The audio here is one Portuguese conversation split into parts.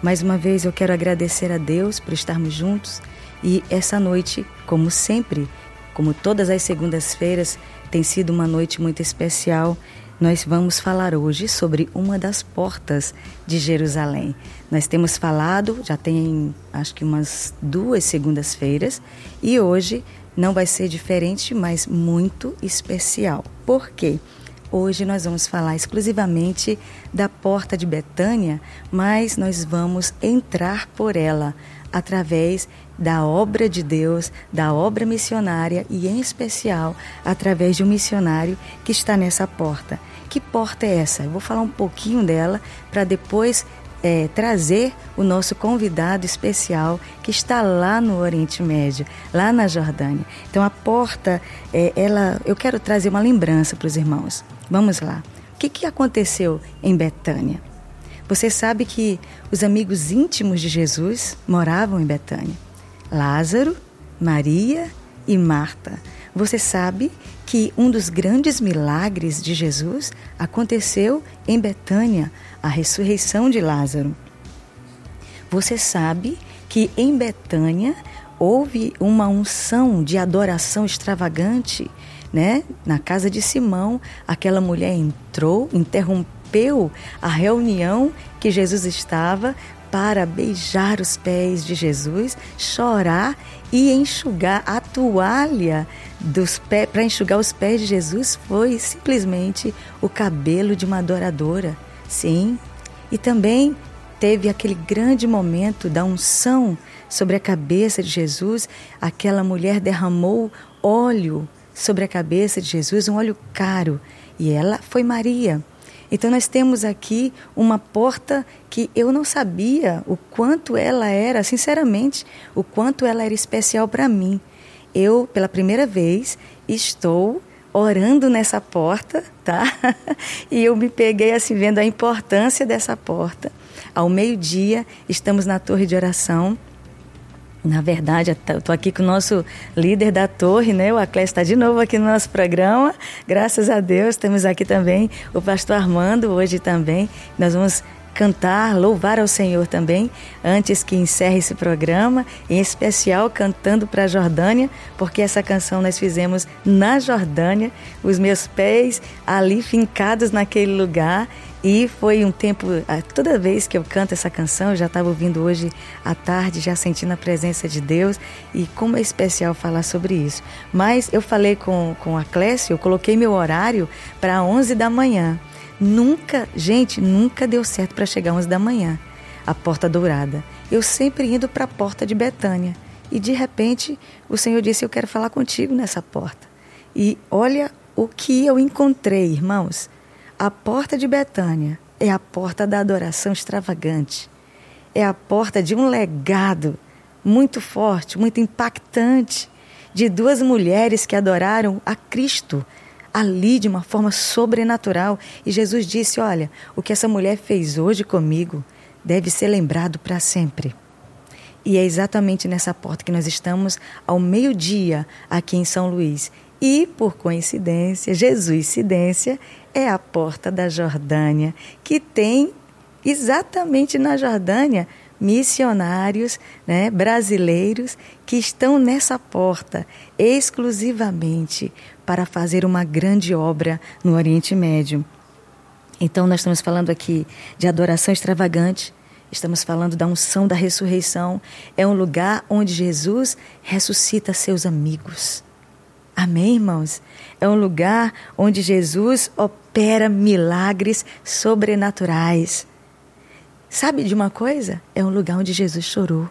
Mais uma vez eu quero agradecer a Deus por estarmos juntos e essa noite, como sempre, como todas as segundas-feiras, tem sido uma noite muito especial. Nós vamos falar hoje sobre uma das portas de Jerusalém. Nós temos falado, já tem acho que umas 2 segundas-feiras, e hoje não vai ser diferente, mas muito especial. Por quê? Hoje nós vamos falar exclusivamente da porta de Betânia, mas nós vamos entrar por ela através da obra de Deus, da obra missionária e, em especial, através de um missionário que está nessa porta. Que porta é essa? Eu vou falar um pouquinho dela para depois trazer o nosso convidado especial que está lá no Oriente Médio, lá na Jordânia. Então a porta, eu quero trazer uma lembrança para os irmãos. Vamos lá. O que aconteceu em Betânia? Você sabe que os amigos íntimos de Jesus moravam em Betânia. Lázaro, Maria e Marta. Você sabe que um dos grandes milagres de Jesus aconteceu em Betânia, a ressurreição de Lázaro. Você sabe que em Betânia houve uma unção de adoração extravagante, né? Na casa de Simão, aquela mulher entrou, interrompeu a reunião que Jesus estava para beijar os pés de Jesus, chorar e enxugar a toalha dos pés, para enxugar os pés de Jesus, foi simplesmente o cabelo de uma adoradora. Sim, e também teve aquele grande momento da unção sobre a cabeça de Jesus. Aquela mulher derramou óleo sobre a cabeça de Jesus, um óleo caro, e ela foi Maria. Então nós temos aqui uma porta que eu não sabia o quanto ela era, sinceramente, o quanto ela era especial para mim. Eu, pela primeira vez, estou orando nessa porta, tá? E eu me peguei assim vendo a importância dessa porta. Ao meio-dia, estamos na torre de oração. Na verdade, eu estou aqui com o nosso líder da torre, né? O Aclésio está de novo aqui no nosso programa. Graças a Deus, temos aqui também o pastor Armando hoje também. Nós vamos cantar, louvar ao Senhor também, antes que encerre esse programa, em especial cantando para a Jordânia, porque essa canção nós fizemos na Jordânia, os meus pés ali fincados naquele lugar. E foi um tempo, toda vez que eu canto essa canção, eu já estava ouvindo hoje à tarde, já sentindo a presença de Deus, e como é especial falar sobre isso. Mas eu falei com a Clécio, eu coloquei meu horário para 11 da manhã. Nunca deu certo para chegar às 11 da manhã, a Porta Dourada. Eu sempre indo para a Porta de Betânia. E de repente o Senhor disse, eu quero falar contigo nessa porta. E olha o que eu encontrei, irmãos. A porta de Betânia é a porta da adoração extravagante. É a porta de um legado muito forte, muito impactante, de 2 mulheres que adoraram a Cristo ali de uma forma sobrenatural. E Jesus disse, olha, o que essa mulher fez hoje comigo deve ser lembrado para sempre. E é exatamente nessa porta que nós estamos ao meio-dia aqui em São Luís. E, por coincidência, Jesuscidência, é a porta da Jordânia, que tem exatamente na Jordânia missionários, né, brasileiros que estão nessa porta exclusivamente para fazer uma grande obra no Oriente Médio. Então nós estamos falando aqui de adoração extravagante, estamos falando da unção da ressurreição. É um lugar onde Jesus ressuscita seus amigos. Amém, irmãos? É um lugar onde Jesus opera milagres sobrenaturais. Sabe de uma coisa? É um lugar onde Jesus chorou.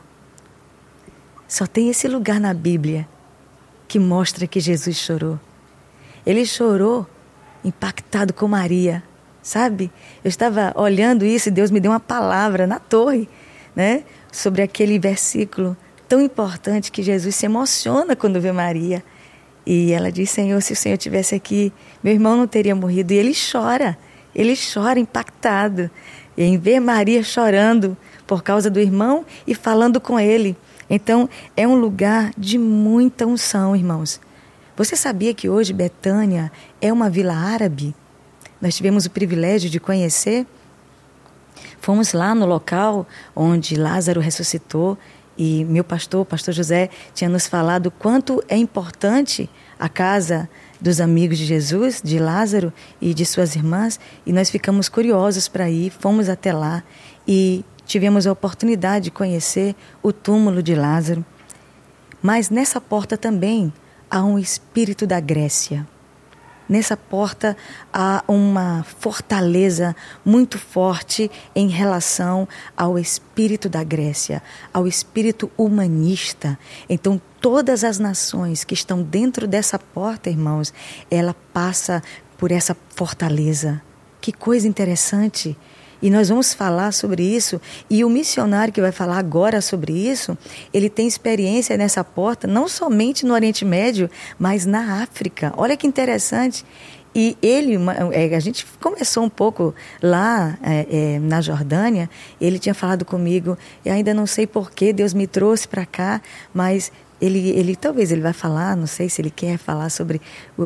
Só tem esse lugar na Bíblia que mostra que Jesus chorou. Ele chorou impactado com Maria, sabe? Eu estava olhando isso e Deus me deu uma palavra na torre, né? Sobre aquele versículo tão importante que Jesus se emociona quando vê Maria. E ela diz, Senhor, se o Senhor estivesse aqui, meu irmão não teria morrido. E ele chora impactado. E em ver Maria chorando por causa do irmão e falando com ele. Então, é um lugar de muita unção, irmãos. Você sabia que hoje Betânia é uma vila árabe? Nós tivemos o privilégio de conhecer. Fomos lá no local onde Lázaro ressuscitou e meu pastor, o pastor José, tinha nos falado o quanto é importante a casa dos amigos de Jesus, de Lázaro e de suas irmãs, e nós ficamos curiosos para ir, fomos até lá e tivemos a oportunidade de conhecer o túmulo de Lázaro. Mas nessa porta também há um espírito da Grécia. Nessa porta há uma fortaleza muito forte em relação ao espírito da Grécia, ao espírito humanista. Então, todas as nações que estão dentro dessa porta, irmãos, ela passa por essa fortaleza. Que coisa interessante! E nós vamos falar sobre isso, e o missionário que vai falar agora sobre isso, ele tem experiência nessa porta, não somente no Oriente Médio, mas na África. Olha que interessante. E ele, a gente começou um pouco lá na Jordânia, ele tinha falado comigo, e ainda não sei por que Deus me trouxe para cá, mas talvez ele vai falar, não sei se ele quer falar sobre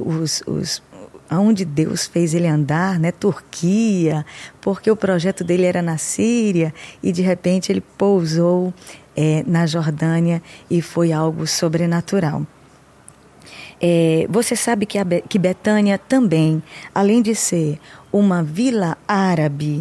aonde Deus fez ele andar, né? Turquia, porque o projeto dele era na Síria e de repente ele pousou na Jordânia e foi algo sobrenatural. Você sabe que Betânia também, além de ser uma vila árabe,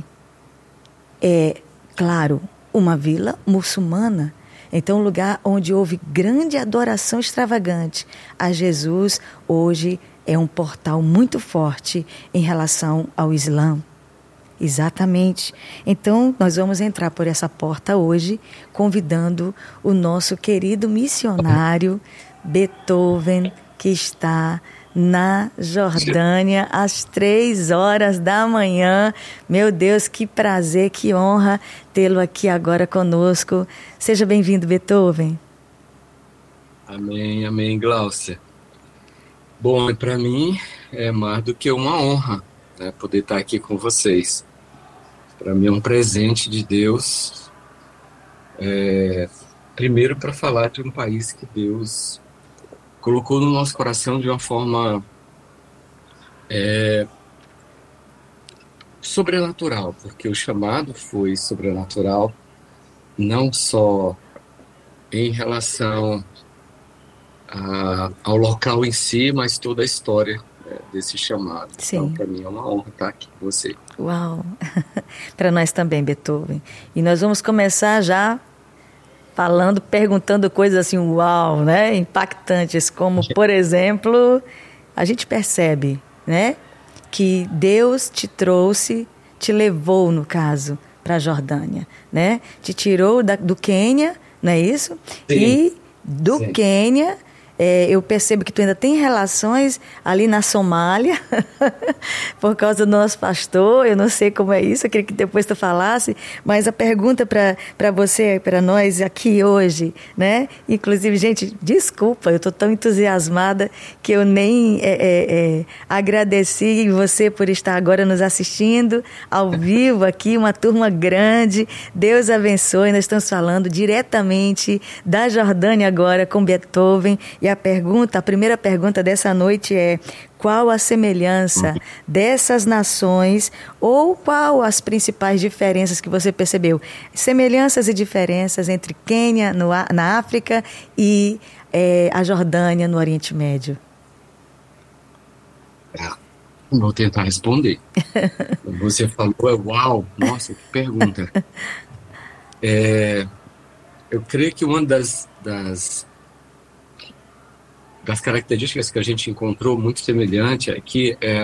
é, claro, uma vila muçulmana. Então, um lugar onde houve grande adoração extravagante a Jesus, hoje é um portal muito forte em relação ao Islã. Exatamente. Então, nós vamos entrar por essa porta hoje, convidando o nosso querido missionário Beethoven, que está na Jordânia, às 3 horas da manhã. Meu Deus, que prazer, que honra tê-lo aqui agora conosco. Seja bem-vindo, Beethoven. Amém, amém, Gláucia. Bom, para mim é mais do que uma honra, né, poder estar aqui com vocês. Para mim é um presente de Deus, primeiro para falar de um país que Deus colocou no nosso coração de uma forma sobrenatural, porque o chamado foi sobrenatural, não só em relação ao local em si, mas toda a história desse chamado. Sim. Então, para mim é uma honra estar aqui com você. Uau! Para nós também, Beethoven. E nós vamos começar já perguntando coisas assim, uau, né? Impactantes, como, por exemplo, a gente percebe, né? Que Deus te trouxe, te levou, no caso, para a Jordânia, né? Te tirou do Quênia, não é isso? Sim. E do Sim. Quênia, eu percebo que tu ainda tem relações ali na Somália, por causa do nosso pastor. Eu não sei como é isso, eu queria que depois tu falasse, mas a pergunta para você, para nós aqui hoje, né? Inclusive, gente, desculpa, eu estou tão entusiasmada que eu nem agradeci você por estar agora nos assistindo ao vivo aqui, uma turma grande. Deus abençoe. Nós estamos falando diretamente da Jordânia agora com Beethoven. E a primeira pergunta dessa noite é: qual a semelhança dessas nações, ou qual as principais diferenças que você percebeu? Semelhanças e diferenças entre Quênia, na África, e a Jordânia, no Oriente Médio. Vou tentar responder. Você falou, uau, nossa, que pergunta. Eu creio que uma das características que a gente encontrou muito semelhante aqui é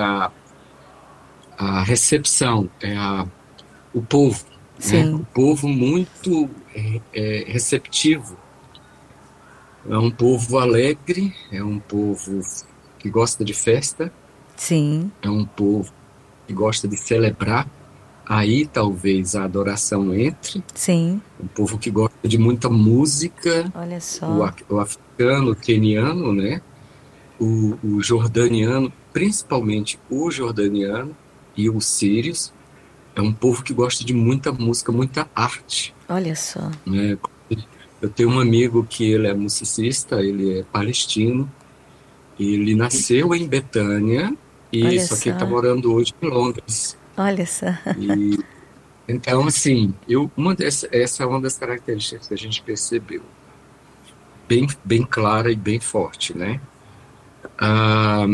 a recepção, o povo, né? O povo muito receptivo. É um povo alegre, é um povo que gosta de festa. Sim. É um povo que gosta de celebrar. Aí talvez a adoração entre. Sim. Um povo que gosta de muita música. Olha só. O africano, o queniano, né? O jordaniano, principalmente o jordaniano e os sírios. É um povo que gosta de muita música, muita arte. Olha só. Né? Eu tenho um amigo que ele é musicista, ele é palestino. Ele nasceu em Betânia, só que ele está morando hoje em Londres. Olha só. Então, assim, essa é uma das características que a gente percebeu, bem clara e bem forte, né? A,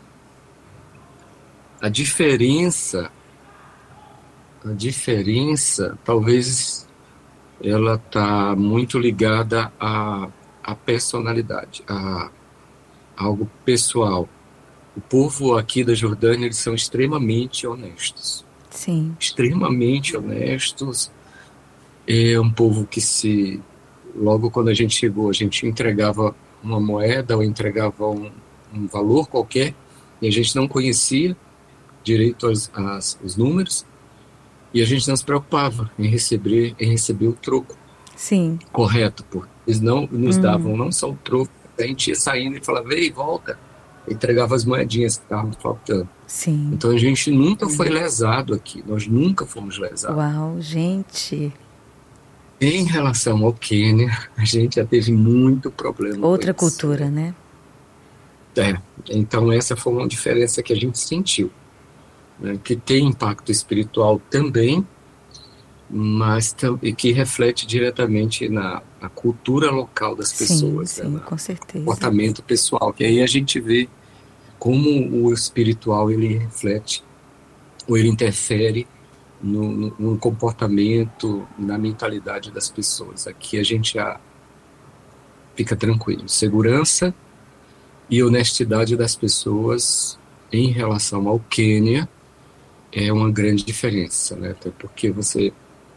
a diferença, a diferença, talvez ela está muito ligada à personalidade, a algo pessoal. O povo aqui da Jordânia, eles são extremamente honestos. Sim, Extremamente honestos. É um povo que logo quando a gente chegou, a gente entregava uma moeda ou entregava um valor qualquer e a gente não conhecia direito os números e a gente não se preocupava em receber o troco sim, correto, porque eles não nos davam não só o troco, a gente ia saindo e falava, ei, volta, e entregava as moedinhas que estavam faltando. sim. Então a gente nunca foi lesado aqui, nós nunca fomos lesados. Uau, gente. Em relação ao Quênia, a gente já teve muito problema com Outra isso, cultura, né? né? É, então essa foi uma diferença que a gente sentiu, né? Que tem impacto espiritual também, mas e que reflete diretamente na cultura local das Sim, pessoas, né? sim, No com certeza. comportamento pessoal. Que aí a gente vê como o espiritual ele reflete ou ele interfere no comportamento, na mentalidade das pessoas. Aqui a gente já fica tranquilo. Segurança e honestidade das pessoas em relação ao Quênia é uma grande diferença, né? Até porque você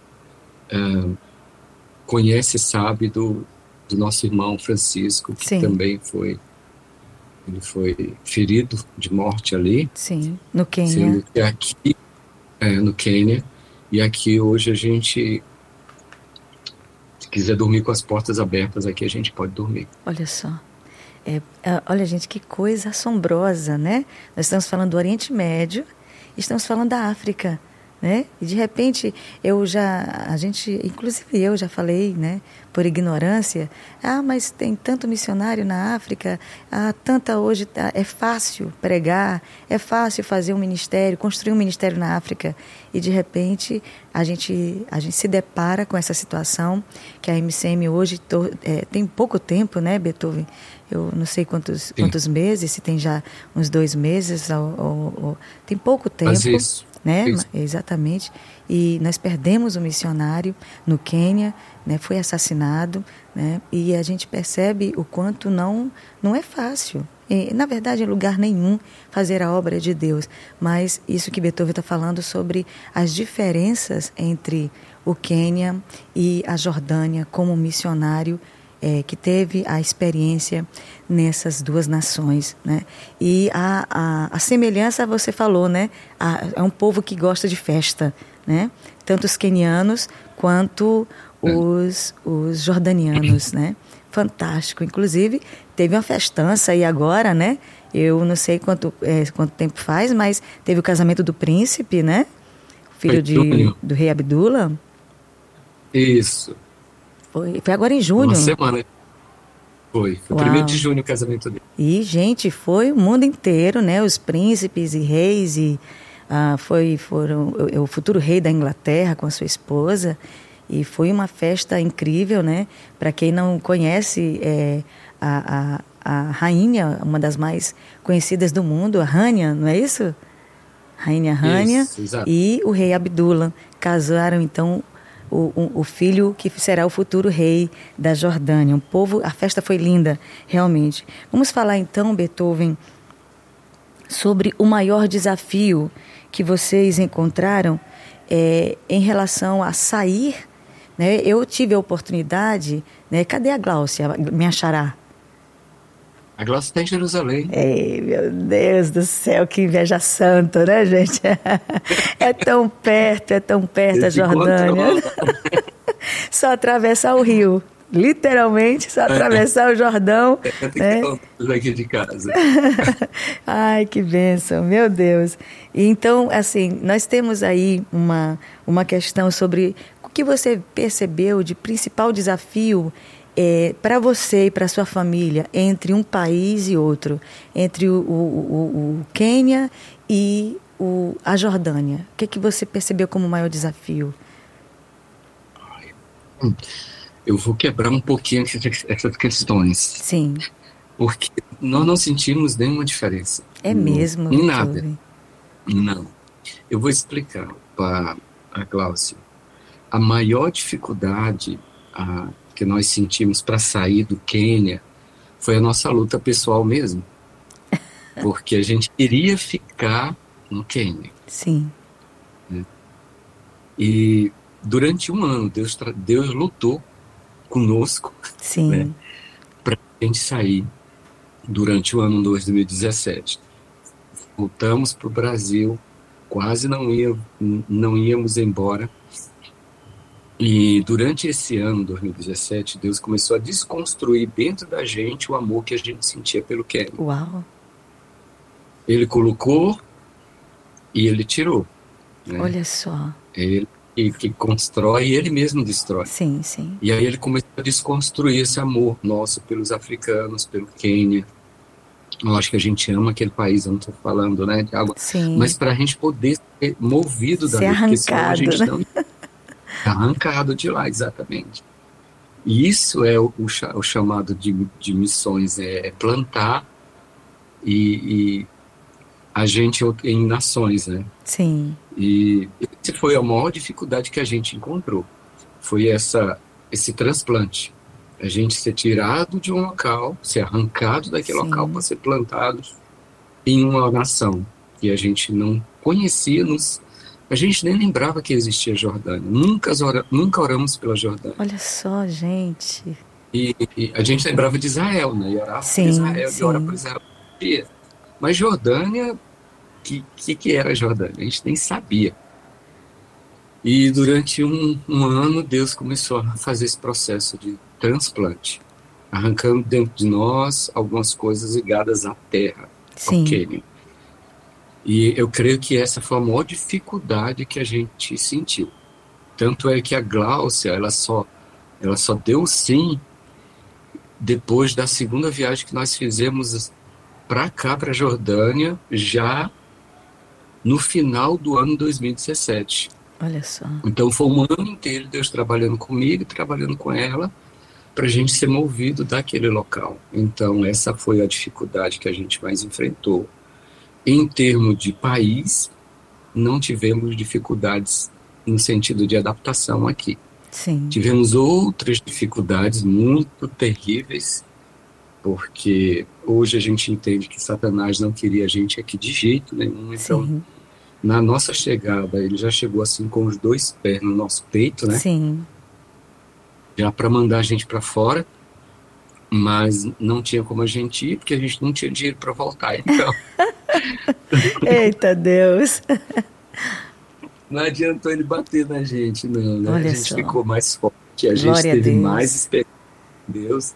conhece e sabe do nosso irmão Francisco, que Sim, também ele foi ferido de morte ali, sim. No Quênia, sendo que aqui, no Quênia, e aqui hoje a gente, se quiser dormir com as portas abertas, aqui a gente pode dormir. olha só. Olha, gente, que coisa assombrosa, né? Nós estamos falando do Oriente Médio, estamos falando da África, né? E de repente inclusive eu já falei, né? Por ignorância, mas tem tanto missionário na África, hoje é fácil pregar, é fácil fazer um ministério, construir um ministério na África. E de repente a gente se depara com essa situação que a MCM hoje tem pouco tempo, né, Beethoven? Eu não sei quantos meses, se tem já uns 2 meses, tem pouco Mas tempo, isso, né? isso. Exatamente. E nós perdemos um missionário no Quênia, né? Foi assassinado, né? E a gente percebe o quanto não é fácil. Na verdade, em lugar nenhum fazer a obra de Deus. Mas isso que Beethoven está falando sobre as diferenças entre o Quênia e a Jordânia como missionário que teve a experiência nessas duas nações, né? E a semelhança, você falou, né? É um povo que gosta de festa, né? Tanto os quenianos quanto os jordanianos, né? Fantástico. Inclusive, teve uma festança aí agora, né? Eu não sei quanto tempo faz, mas teve o casamento do príncipe, né? Filho do rei Abdullah. Isso. Foi agora em junho. Uma semana. Foi 1º de junho o casamento dele. E, gente, foi o mundo inteiro, né? Os príncipes e reis foram o futuro rei da Inglaterra com a sua esposa. E foi uma festa incrível, né? Para quem não conhece, a rainha, uma das mais conhecidas do mundo, a Rania, não é isso? Rainha Rania e o rei Abdullah casaram, então, o filho que será o futuro rei da Jordânia. A festa foi linda, realmente. Vamos falar então, Beethoven, sobre o maior desafio que vocês encontraram em relação a sair, né? Eu tive a oportunidade, né? Cadê a Gláucia, minha xará? A Gláucia está em Jerusalém. Ei, meu Deus do céu, que inveja santa, né, gente? É tão perto a Jordânia. Só atravessar o rio. Literalmente, só atravessar o Jordão. Né? Daqui de casa. Ai, que bênção, meu Deus. Então, assim, nós temos aí uma questão sobre o que você percebeu de principal desafio para você e para sua família entre um país e outro, entre o Quênia e a Jordânia? O que você percebeu como o maior desafio? Eu vou quebrar um pouquinho essas questões. Sim. Porque nós não sentimos nenhuma diferença. É mesmo, em nada. Não. Eu vou explicar para a Gláucia. A maior dificuldade que nós sentimos para sair do Quênia foi a nossa luta pessoal mesmo. Porque a gente queria ficar no Quênia. Sim. E durante um ano, Deus lutou conosco, né, para a gente sair durante o ano de 2017. Voltamos para o Brasil, quase não íamos embora. E durante esse ano, 2017, Deus começou a desconstruir dentro da gente o amor que a gente sentia pelo Quênia. Uau! Ele colocou e ele tirou. Né? Olha só. Ele que constrói e ele mesmo destrói. Sim, sim. E aí ele começou a desconstruir esse amor nosso pelos africanos, pelo Quênia. Eu acho que a gente ama aquele país, eu não estou falando, né, de água. Sim. Mas para a gente poder ser movido dali, porque senão a gente não arrancado de lá, exatamente. E isso é o chamado de missões, é plantar e a gente em nações, né? Sim. E essa foi a maior dificuldade que a gente encontrou. Foi esse transplante. A gente ser tirado de um local, ser arrancado daquele local para ser plantado em uma nação que a gente não conhecia, a gente nem lembrava que existia Jordânia. Nunca oramos pela Jordânia. Olha só, gente. E a gente lembrava de Israel, né? E orava por Israel, e orava por Israel. Mas Jordânia, que era Jordânia? A gente nem sabia. E durante um ano, Deus começou a fazer esse processo de transplante, arrancando dentro de nós algumas coisas ligadas à terra, ao Quênia. E eu creio que essa foi a maior dificuldade que a gente sentiu. Tanto é que a Gláucia, ela só deu sim depois da segunda viagem que nós fizemos para cá, para a Jordânia, já no final do ano 2017. Olha só. Então foi um ano inteiro Deus trabalhando comigo, trabalhando com ela, para a gente ser movido daquele local. Então essa foi a dificuldade que a gente mais enfrentou. Em termos de país, não tivemos dificuldades no sentido de adaptação aqui. Sim. Tivemos outras dificuldades muito terríveis, porque hoje a gente entende que Satanás não queria a gente aqui de jeito nenhum. Então, na nossa chegada, ele já chegou assim com os 2 pés no nosso peito, né? Sim. Já para mandar a gente para fora, mas não tinha como a gente ir, porque a gente não tinha dinheiro para voltar, então. Eita Deus! Não adiantou ele bater na gente, não, né? Olha a gente só. ficou mais forte, a gente teve mais experiência com Deus,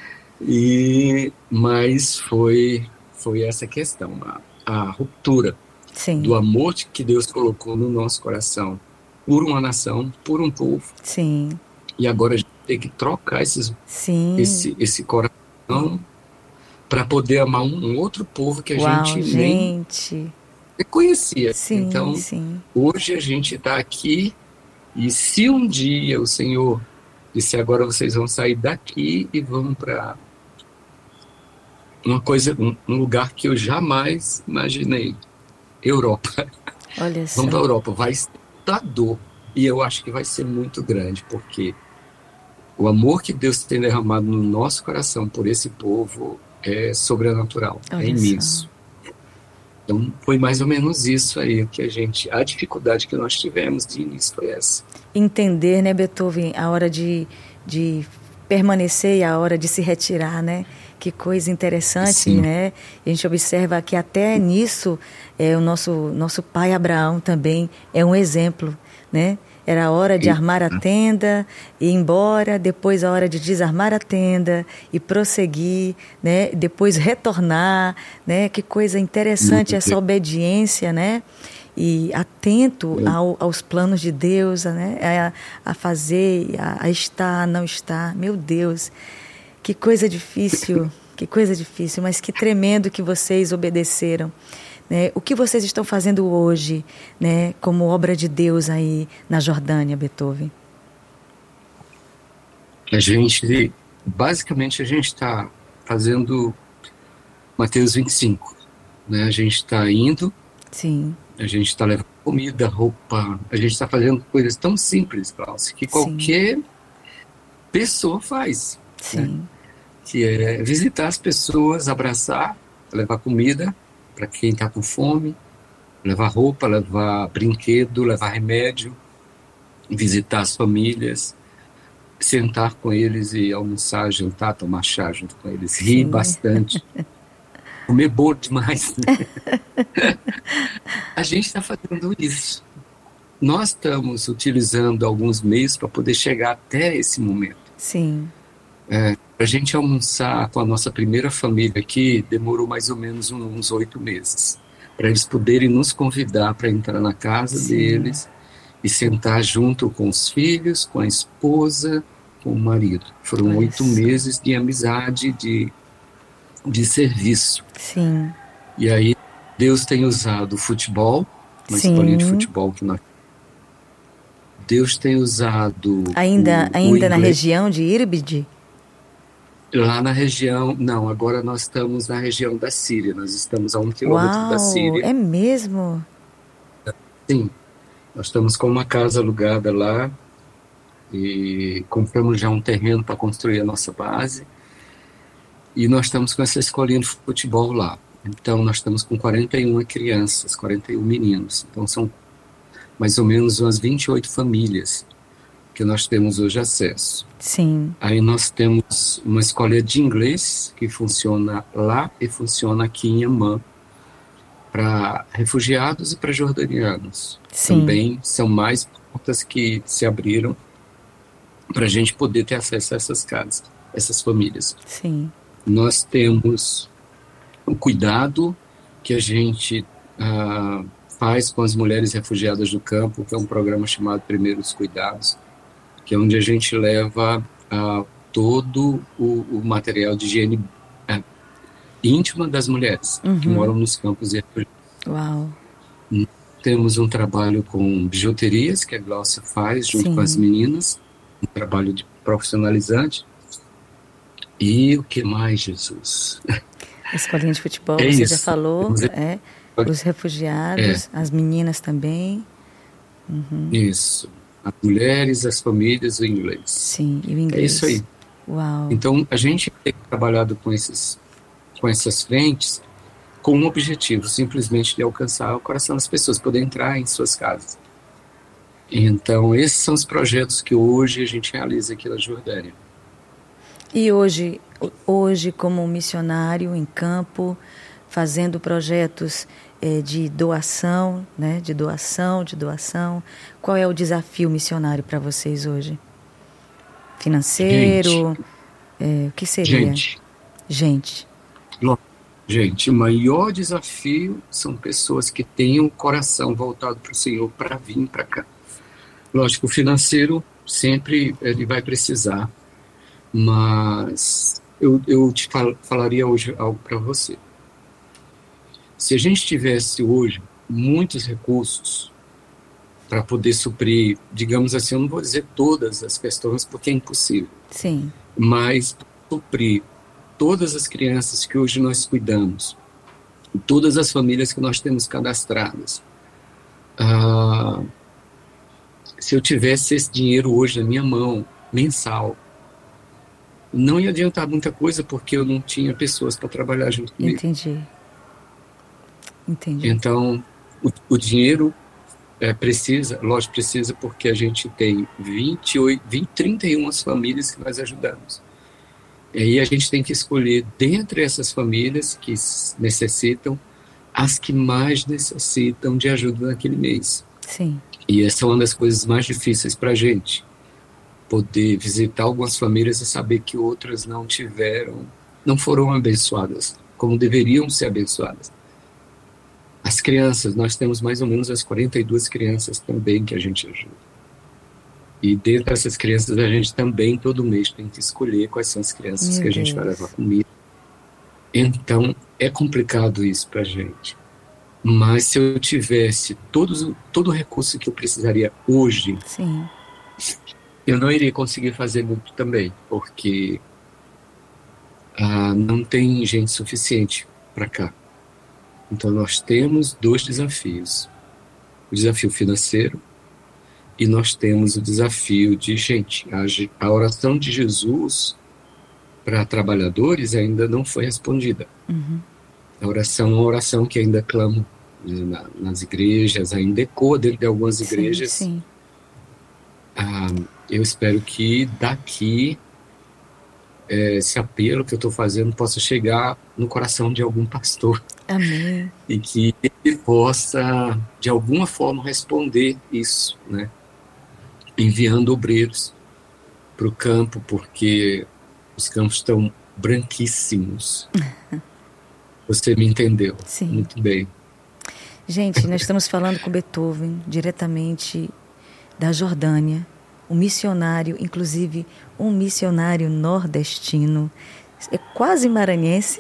mas foi essa questão, a ruptura do amor que Deus colocou no nosso coração por uma nação, por um povo. Sim. E agora a gente tem que trocar esse coração para poder amar um outro povo que a gente nem conhecia. Então, hoje a gente está aqui e se um dia o Senhor disser agora vocês vão sair daqui e vão para um lugar que eu jamais imaginei, Europa. Olha só. Vamos para a Europa, vai estar dor. E eu acho que vai ser muito grande, porque o amor que Deus tem derramado no nosso coração por esse povo é sobrenatural, é imenso. Então, foi mais ou menos isso aí a dificuldade que nós tivemos de início foi essa. Entender, né, Beethoven, a hora de permanecer e a hora de se retirar, né? Que coisa interessante, né? A gente observa que até nisso o nosso pai Abraão também é um exemplo, né? Era a hora de armar a tenda e ir embora, depois a hora de desarmar a tenda e prosseguir, né? Depois retornar, né? Que coisa interessante essa obediência, né? E atento aos planos de Deus, né? A fazer, a estar, a não estar. Meu Deus, que coisa difícil, mas que tremendo que vocês obedeceram. né? O que vocês estão fazendo hoje, né, como obra de Deus aí na Jordânia, Beethoven? Basicamente, a gente está fazendo Mateus 25, né? A gente está indo, Sim. a gente está levando comida, roupa, a gente está fazendo coisas tão simples, Cláudia, que qualquer pessoa faz. Sim. Né? Que é visitar as pessoas, abraçar, levar comida para quem está com fome, levar roupa, levar brinquedo, levar remédio, visitar as famílias, sentar com eles e almoçar, jantar, tomar chá junto com eles, rir bastante, comer bolo demais. Né? A gente está fazendo isso. Nós estamos utilizando alguns meios para poder chegar até esse momento. Sim. A gente almoçar com a nossa primeira família aqui demorou mais ou menos uns 8 meses, para eles poderem nos convidar para entrar na casa deles e sentar junto com os filhos, com a esposa, com o marido. Foram 8 meses de amizade, de serviço. Sim. E aí Deus tem usado o futebol, uma escolinha de futebol que nós... Deus tem usado ainda na região de Irbid? Lá na região, não, agora nós estamos na região da Síria, nós estamos a 1 quilômetro da Síria. É mesmo? Sim, nós estamos com uma casa alugada lá e compramos já um terreno para construir a nossa base e nós estamos com essa escolinha de futebol lá. Então nós estamos com 41 crianças, 41 meninos, então são mais ou menos umas 28 famílias que nós temos hoje acesso. Sim. Aí nós temos uma escola de inglês que funciona lá e funciona aqui em Amman para refugiados e para jordanianos. Sim. Também são mais portas que se abriram para a gente poder ter acesso a essas casas, essas famílias. Sim. Nós temos o cuidado que a gente faz com as mulheres refugiadas do campo, que é um programa chamado Primeiros Cuidados, que é onde a gente leva todo o material de higiene íntima das mulheres que moram nos campos e refugiados. Uau! Temos um trabalho com bijuterias, que a Glaucia faz junto com as meninas, um trabalho profissionalizante. E o que mais, Jesus? A escolinha de futebol, você já falou, os refugiados, as meninas também. Isso. As mulheres, as famílias, o inglês. Sim, e o inglês. É isso aí. Uau. Então, a gente tem trabalhado com essas frentes com um objetivo, simplesmente de alcançar o coração das pessoas, poder entrar em suas casas. Então, esses são os projetos que hoje a gente realiza aqui na Jordânia. E hoje como missionário em campo, fazendo projetos de doação, né? De doação. Qual é o desafio missionário para vocês hoje? Financeiro? O que seria? Gente, o maior desafio são pessoas que tenham o coração voltado para o Senhor para vir para cá. Lógico, o financeiro sempre ele vai precisar, mas eu te falaria hoje algo para você. Se a gente tivesse hoje muitos recursos para poder suprir, digamos assim, eu não vou dizer todas as questões porque é impossível. Sim. Mas suprir todas as crianças que hoje nós cuidamos, todas as famílias que nós temos cadastradas. Se eu tivesse esse dinheiro hoje na minha mão, mensal, não ia adiantar muita coisa porque eu não tinha pessoas para trabalhar junto comigo. Entendi. Então, o dinheiro precisa porque a gente tem 31 famílias que nós ajudamos. E aí a gente tem que escolher dentre essas famílias que necessitam, as que mais necessitam de ajuda naquele mês. Sim. E essa é uma das coisas mais difíceis para a gente. Poder visitar algumas famílias e saber que outras não foram abençoadas como deveriam ser abençoadas. As crianças, nós temos mais ou menos as 42 crianças também que a gente ajuda. E dentro dessas crianças a gente também todo mês tem que escolher quais são as crianças que a gente vai levar comida. Então é complicado isso pra gente. Mas se eu tivesse todo o recurso que eu precisaria hoje, Sim. eu não iria conseguir fazer muito também, porque não tem gente suficiente para cá. Então nós temos dois desafios: o desafio financeiro e nós temos o desafio de gente. A oração de Jesus para trabalhadores ainda não foi respondida. Uhum. A oração é uma oração que ainda clama nas igrejas, ainda ecoa dentro de algumas igrejas. Sim. Eu espero que daqui esse apelo que eu estou fazendo possa chegar no coração de algum pastor. Amém. E que ele possa, de alguma forma, responder isso, né? Enviando obreiros para o campo, porque os campos estão branquíssimos. Você me entendeu? Sim. Muito bem. Gente, nós estamos falando com Beethoven, diretamente da Jordânia, um missionário, inclusive um missionário nordestino, é quase maranhense.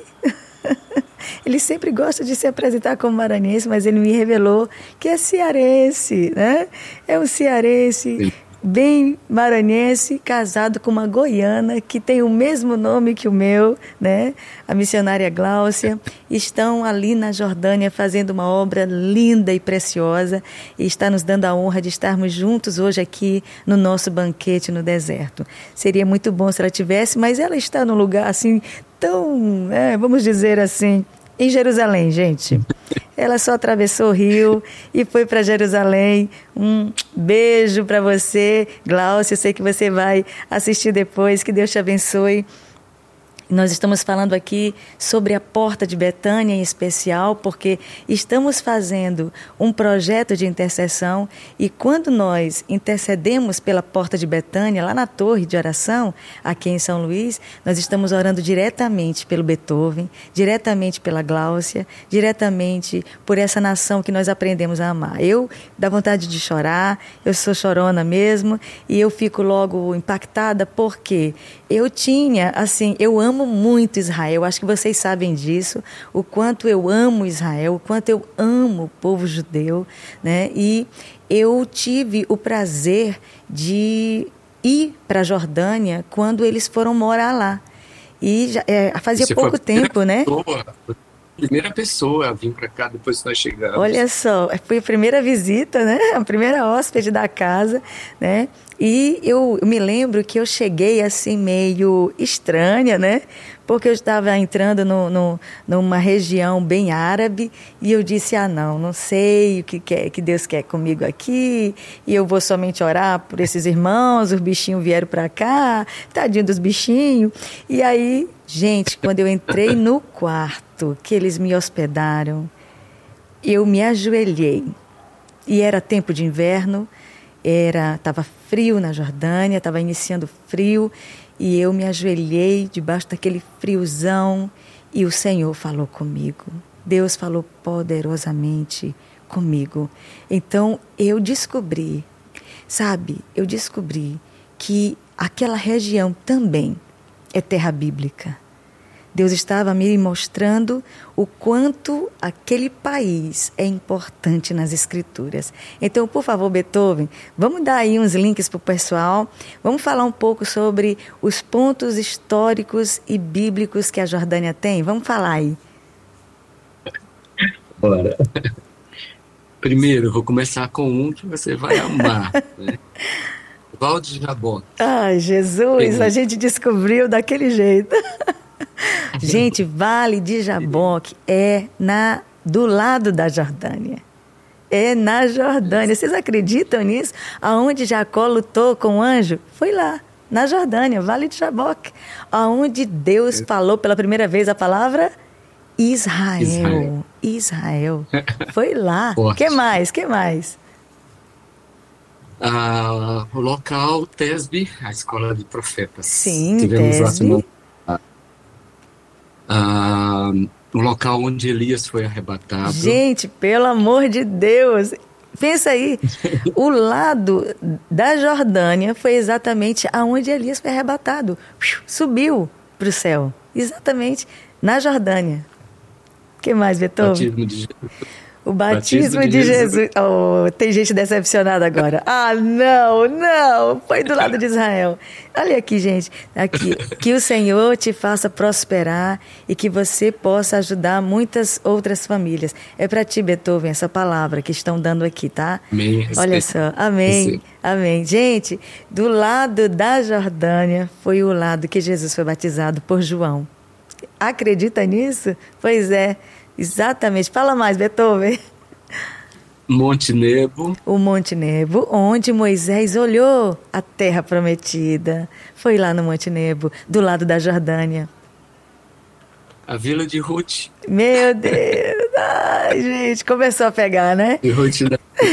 Ele sempre gosta de se apresentar como maranhense, mas ele me revelou que é cearense, né? É um cearense. Sim. Bem maranhense, casado com uma goiana que tem o mesmo nome que o meu, né? A missionária Gláucia. Estão ali na Jordânia fazendo uma obra linda e preciosa e está nos dando a honra de estarmos juntos hoje aqui no nosso banquete no deserto. Seria muito bom se ela tivesse, mas ela está num lugar assim tão, vamos dizer assim, em Jerusalém, gente. Ela só atravessou o rio e foi para Jerusalém. Um beijo para você, Gláucia. Eu sei que você vai assistir depois. Que Deus te abençoe. Nós estamos falando aqui sobre a Porta de Betânia em especial, porque estamos fazendo um projeto de intercessão e quando nós intercedemos pela Porta de Betânia, lá na torre de oração, aqui em São Luís, nós estamos orando diretamente pelo Beethoven, diretamente pela Gláucia, diretamente por essa nação que nós aprendemos a amar. Eu dá vontade de chorar, eu sou chorona mesmo e eu fico logo impactada porque eu amo muito Israel, acho que vocês sabem disso, o quanto eu amo Israel, o quanto eu amo o povo judeu, né? E eu tive o prazer de ir para a Jordânia quando eles foram morar lá. E fazia pouco tempo, né? Primeira pessoa a vir para cá depois que nós chegamos. Olha só, foi a primeira visita, né? A primeira hóspede da casa, né? E eu me lembro que eu cheguei assim meio estranha, né? Porque eu estava entrando numa região bem árabe e eu disse, não sei o que Deus quer comigo aqui e eu vou somente orar por esses irmãos, os bichinhos vieram para cá, tadinho dos bichinhos. E aí, gente, quando eu entrei no quarto que eles me hospedaram, eu me ajoelhei e era tempo de inverno, estava frio na Jordânia, estava iniciando frio e eu me ajoelhei debaixo daquele friozão e o Senhor falou comigo. Deus falou poderosamente comigo. Então eu descobri que aquela região também é terra bíblica. Deus estava me mostrando o quanto aquele país é importante nas Escrituras. Então, por favor, Beethoven, vamos dar aí uns links para o pessoal. Vamos falar um pouco sobre os pontos históricos e bíblicos que a Jordânia tem? Vamos falar aí. Bora. Primeiro, eu vou começar com um que você vai amar, né? Val de Jaboque. Ai, Jesus, a gente descobriu daquele jeito. Gente, Vale de Jaboque é do lado da Jordânia. É na Jordânia. Vocês acreditam nisso? Aonde Jacó lutou com o anjo? Foi lá, na Jordânia, Vale de Jaboque. Aonde Deus falou pela primeira vez a palavra Israel. Foi lá. O que mais? O local Tesbe, a escola de profetas. Sim, Tesbe. O local onde Elias foi arrebatado. Gente, pelo amor de Deus, pensa aí, o lado da Jordânia foi exatamente aonde Elias foi arrebatado, subiu para o céu, exatamente na Jordânia. O que mais, Beethoven? O batismo de Jesus. Oh, tem gente decepcionada agora. Ah, não, foi do lado de Israel. Olha aqui, gente, aqui, que o Senhor te faça prosperar e que você possa ajudar muitas outras famílias. É para ti, Beethoven, essa palavra que estão dando aqui, tá? Amém. Olha só, amém, amém. Gente, do lado da Jordânia foi o lado que Jesus foi batizado por João. Acredita nisso? Pois é. Exatamente. Fala mais, Beethoven. Monte Nebo. O Monte Nebo, onde Moisés olhou a terra prometida. Foi lá no Monte Nebo, do lado da Jordânia. A Vila de Ruth. Meu Deus. Ai, gente, começou a pegar, né? De Ruth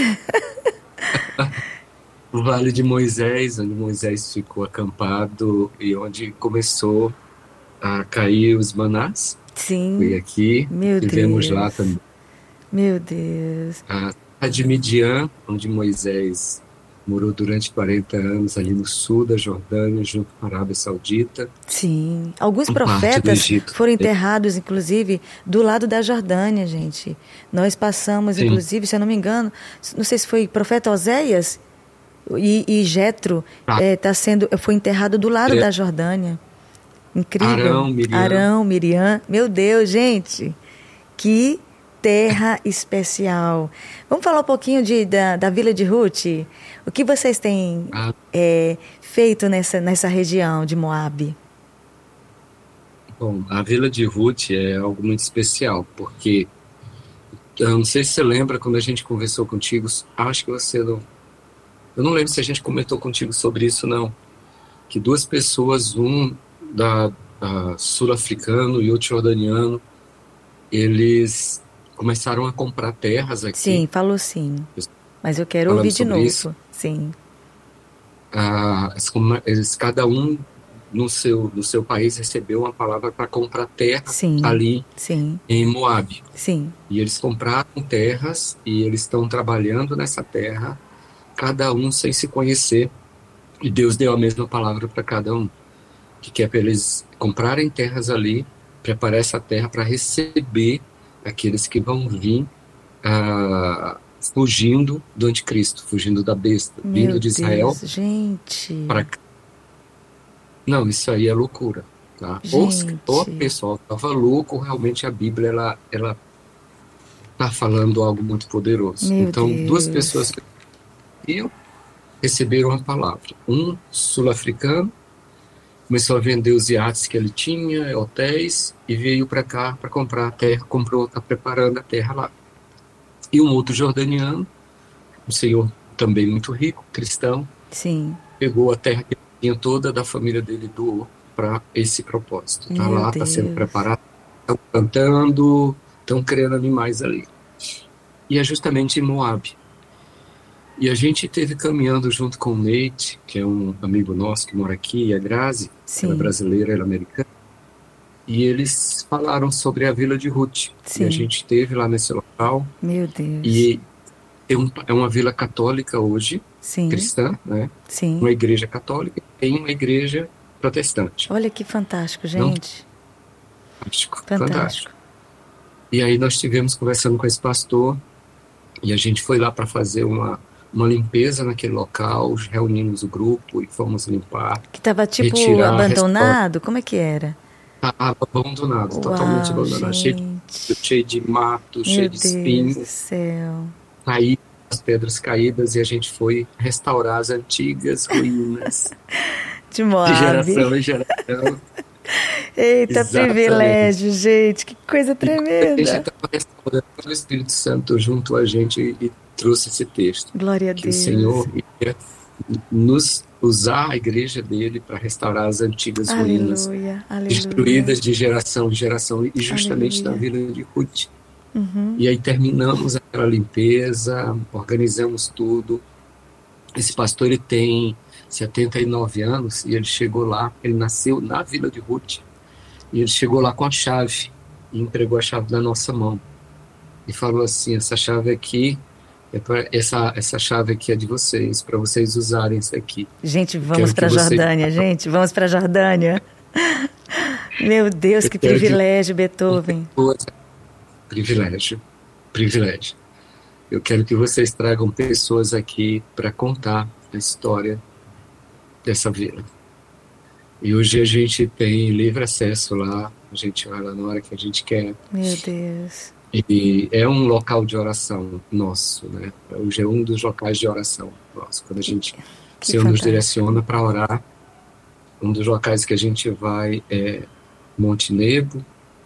o Vale de Moisés, onde Moisés ficou acampado e onde começou a cair os manás. Sim. Foi aqui, Meu tivemos Deus. lá também. Meu Deus. A terra de Midian, onde Moisés morou durante 40 anos, ali no sul da Jordânia, junto com a Arábia Saudita. Sim. Alguns profetas foram enterrados, inclusive, do lado da Jordânia, gente. Nós passamos, sim, inclusive, se eu não me engano, não sei se foi profeta Oséias e Jetro, foi enterrado do lado da Jordânia. Incrível. Arão, Miriam. Meu Deus, gente. Que terra especial. Vamos falar um pouquinho da Vila de Ruth? O que vocês têm feito nessa região de Moabe? Bom, a Vila de Ruth é algo muito especial, porque eu não sei se você lembra quando a gente conversou contigo, acho que você não... Eu não lembro se a gente comentou contigo sobre isso, não. Que duas pessoas, da sul-africano e outro jordaniano, eles começaram a comprar terras aqui. Sim, falou sim. Mas eu quero ouvir de novo. Isso. Sim. Eles, cada um no seu país recebeu uma palavra para comprar terra, sim, ali, sim, em Moabe. Sim. E eles compraram terras e eles estão trabalhando nessa terra, cada um sem se conhecer. E Deus deu a mesma palavra para cada um, que é para eles comprarem terras ali, preparar essa terra para receber aqueles que vão vir fugindo do anticristo, fugindo da besta, vindo de Israel. Deus, gente. Não, isso aí é loucura. Tá? Ou o pessoal estava louco, realmente a Bíblia ela está falando algo muito poderoso. Meu então, Deus. Duas pessoas que receberam a palavra. Um sul-africano começou a vender os iates que ele tinha, hotéis, e veio para cá para comprar a terra, está preparando a terra lá. E um outro jordaniano, um senhor também muito rico, cristão, sim, pegou a terra que tinha toda da família dele e doou para esse propósito. Está lá, está sendo preparado, estão plantando, estão criando animais ali. E é justamente em Moabe. E a gente esteve caminhando junto com o Nate, que é um amigo nosso que mora aqui, e a Grazi, ela é brasileira, ela é americana, e eles falaram sobre a Vila de Ruth. Sim. E a gente esteve lá nesse local. Meu Deus. E é uma vila católica hoje, sim, cristã, né? Sim. Uma igreja católica e tem uma igreja protestante. Olha que fantástico, gente. Fantástico. E aí nós estivemos conversando com esse pastor e a gente foi lá para fazer uma limpeza naquele local, reunimos o grupo e fomos limpar. Que estava tipo abandonado? Como é que era? Estava abandonado, totalmente abandonado, cheio de mato, cheio de espinhos. Meu Deus do céu. Aí as pedras caídas e a gente foi restaurar as antigas ruínas de Moabe. De geração em geração. Eita, exatamente. Privilégio, gente, que coisa tremenda. A gente estava restaurando o Espírito Santo junto a gente e trouxe esse texto. Glória a Deus. Que o Senhor ia nos usar a igreja dele para restaurar as antigas ruínas, destruídas de geração em geração, e justamente na Vila de Ruth. Uhum. E aí terminamos aquela limpeza, organizamos tudo. Esse pastor, ele tem 79 anos e ele chegou lá, ele nasceu na Vila de Ruth, e ele chegou lá com a chave e entregou a chave na nossa mão e falou assim: essa chave aqui essa chave aqui é de vocês, para vocês usarem isso aqui. Gente, vamos para a Jordânia, gente, vamos para a Jordânia. Meu Deus, que privilégio, Beethoven. Privilégio. privilégio. Eu quero que vocês tragam pessoas aqui para contar a história dessa vila. E hoje a gente tem livre acesso lá, a gente vai lá na hora que a gente quer. Meu Deus. E é um local de oração nosso, né? Hoje é um dos locais de oração nosso. Quando o Senhor nos direciona para orar, um dos locais que a gente vai é Monte Nebo,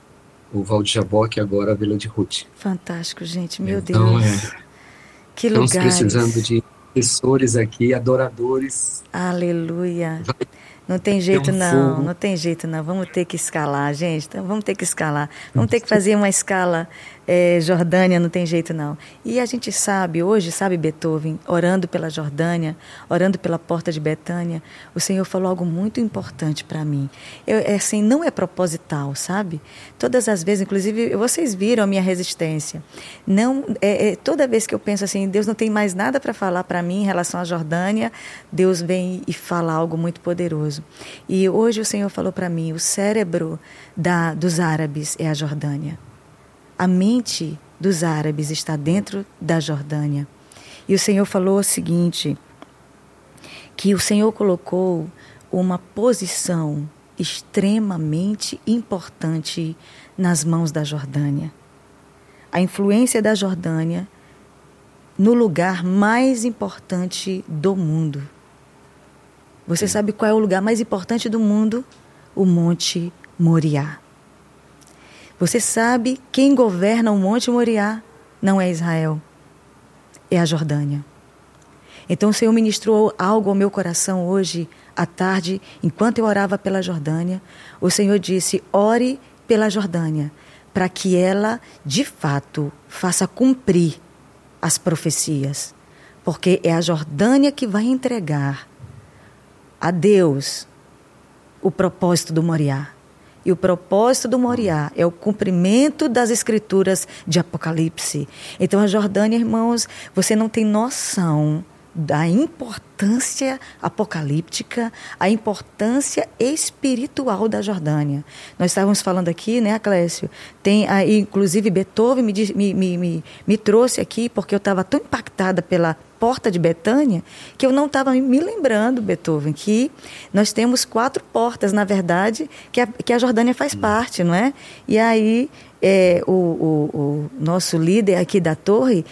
o Val de Jaboque, agora a Vila de Ruth. Fantástico, gente, meu então, Deus. Que estamos lugares. Precisando de intercessores aqui, adoradores. Aleluia. Não tem jeito não tem jeito não. Vamos ter que escalar, gente. Vamos ter que escalar. Vamos ter que fazer uma escala Jordânia, não tem jeito não. E a gente sabe, hoje, Beethoven, orando pela Jordânia, orando pela porta de Betânia, o Senhor falou algo muito importante para mim. Assim, não é proposital, sabe? Todas as vezes, inclusive, vocês viram a minha resistência. Não, toda vez que eu penso assim, Deus não tem mais nada para falar para mim em relação à Jordânia, Deus vem e fala algo muito poderoso. E hoje o Senhor falou para mim, o cérebro dos árabes é a Jordânia. A mente dos árabes está dentro da Jordânia. E o Senhor falou o seguinte, que o Senhor colocou uma posição extremamente importante nas mãos da Jordânia. A influência da Jordânia no lugar mais importante do mundo. Você sabe qual é o lugar mais importante do mundo? O Monte Moriá. Você sabe quem governa o Monte Moriá? Não é Israel, é a Jordânia. Então o Senhor ministrou algo ao meu coração hoje à tarde, enquanto eu orava pela Jordânia. O Senhor disse, ore pela Jordânia, para que ela, de fato, faça cumprir as profecias. Porque é a Jordânia que vai entregar a Deus o propósito do Moriá. E o propósito do Moriá é o cumprimento das escrituras de Apocalipse. Então a Jordânia, irmãos, você não tem noção da importância apocalíptica, a importância espiritual da Jordânia. Nós estávamos falando aqui, né, Clécio? Tem aí, inclusive, Beethoven me trouxe aqui, porque eu estava tão impactada pela porta de Betânia, que eu não estava me lembrando, Beethoven, que nós temos 4 portas, na verdade, que a Jordânia faz parte, não é? E aí, o nosso líder aqui da torre,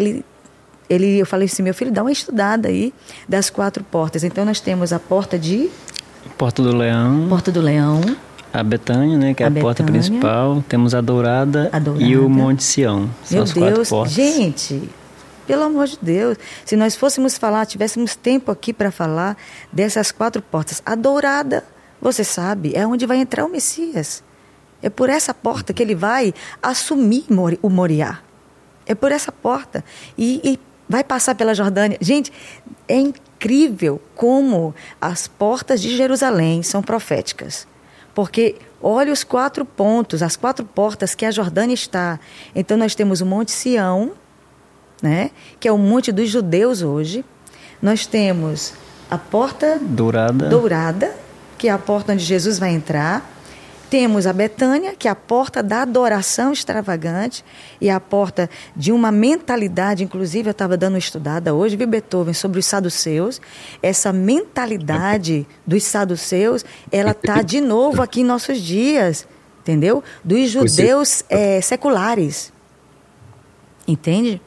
eu falei assim, meu filho, dá uma estudada aí das 4 portas. Então, nós temos a porta de... Porta do Leão. Porta do Leão. A Betânia, né, que é a porta principal. Temos a Dourada e o Monte Sião. São as 4 portas. Gente, pelo amor de Deus, se nós fôssemos falar, tivéssemos tempo aqui para falar dessas 4 portas. A Dourada, você sabe, é onde vai entrar o Messias. É por essa porta que ele vai assumir o Moriá. É por essa porta. E vai passar pela Jordânia. Gente, é incrível como as portas de Jerusalém são proféticas. Porque olha os 4 pontos, as 4 portas que a Jordânia está. Então nós temos o Monte Sião, né, que é o monte dos judeus hoje. Nós temos a porta dourada, que é a porta onde Jesus vai entrar. Temos a Betânia, que é a porta da adoração extravagante e a porta de uma mentalidade, inclusive eu estava dando uma estudada hoje, viu, Beethoven, sobre os saduceus. Essa mentalidade dos saduceus, ela está de novo aqui em nossos dias, entendeu? Dos judeus seculares. Entende?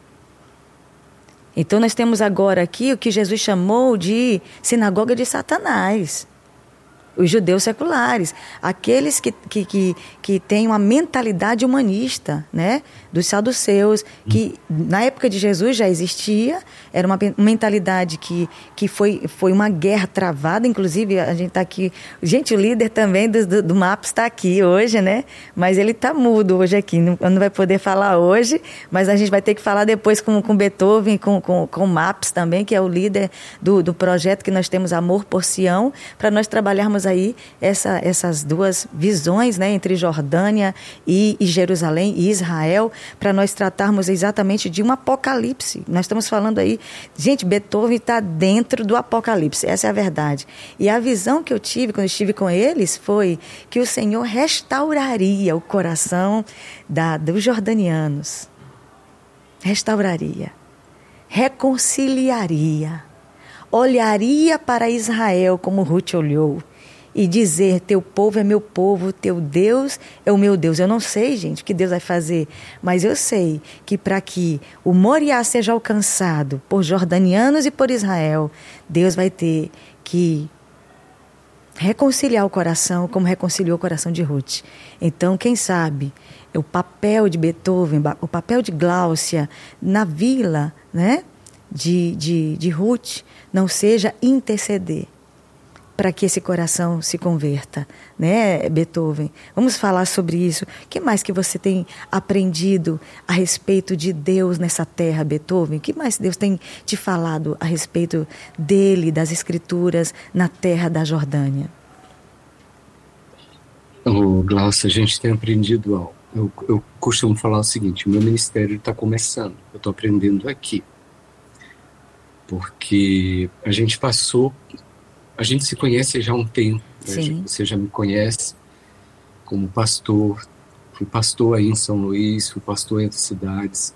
Então nós temos agora aqui o que Jesus chamou de sinagoga de Satanás. Os judeus seculares, aqueles que têm uma mentalidade humanista, né? Dos saduceus, que na época de Jesus já existia, era uma mentalidade que foi uma guerra travada, inclusive a gente está aqui, gente, o líder também do MAPS está aqui hoje, né? Mas ele está mudo hoje aqui, não vai poder falar hoje, mas a gente vai ter que falar depois com Beethoven, com o MAPS também, que é o líder do projeto que nós temos, Amor por Sião, para nós trabalharmos aí essas 2 visões, né, entre Jordânia e Jerusalém e Israel, para nós tratarmos exatamente de um apocalipse. Nós estamos falando aí, gente, Beethoven está dentro do apocalipse, essa é a verdade. E a visão que eu tive quando estive com eles foi que o Senhor restauraria o coração dos jordanianos. restauraria, reconciliaria, olharia para Israel como Ruth olhou e dizer: teu povo é meu povo, teu Deus é o meu Deus. Eu não sei, gente, o que Deus vai fazer, mas eu sei que para que o Moriá seja alcançado por jordanianos e por Israel, Deus vai ter que reconciliar o coração como reconciliou o coração de Ruth. Então, quem sabe, o papel de Beethoven, o papel de Gláucia na vila, né, de Ruth, não seja interceder para que esse coração se converta, né, Beethoven? Vamos falar sobre isso. O que mais que você tem aprendido a respeito de Deus nessa terra, Beethoven? O que mais Deus tem te falado a respeito dele, das Escrituras, na terra da Jordânia? Glaucia, a gente tem aprendido algo. Eu costumo falar o seguinte: o meu ministério está começando, eu estou aprendendo aqui. Porque a gente se conhece já há um tempo, né? Você já me conhece como pastor, fui pastor aí em São Luís, fui pastor em outras cidades,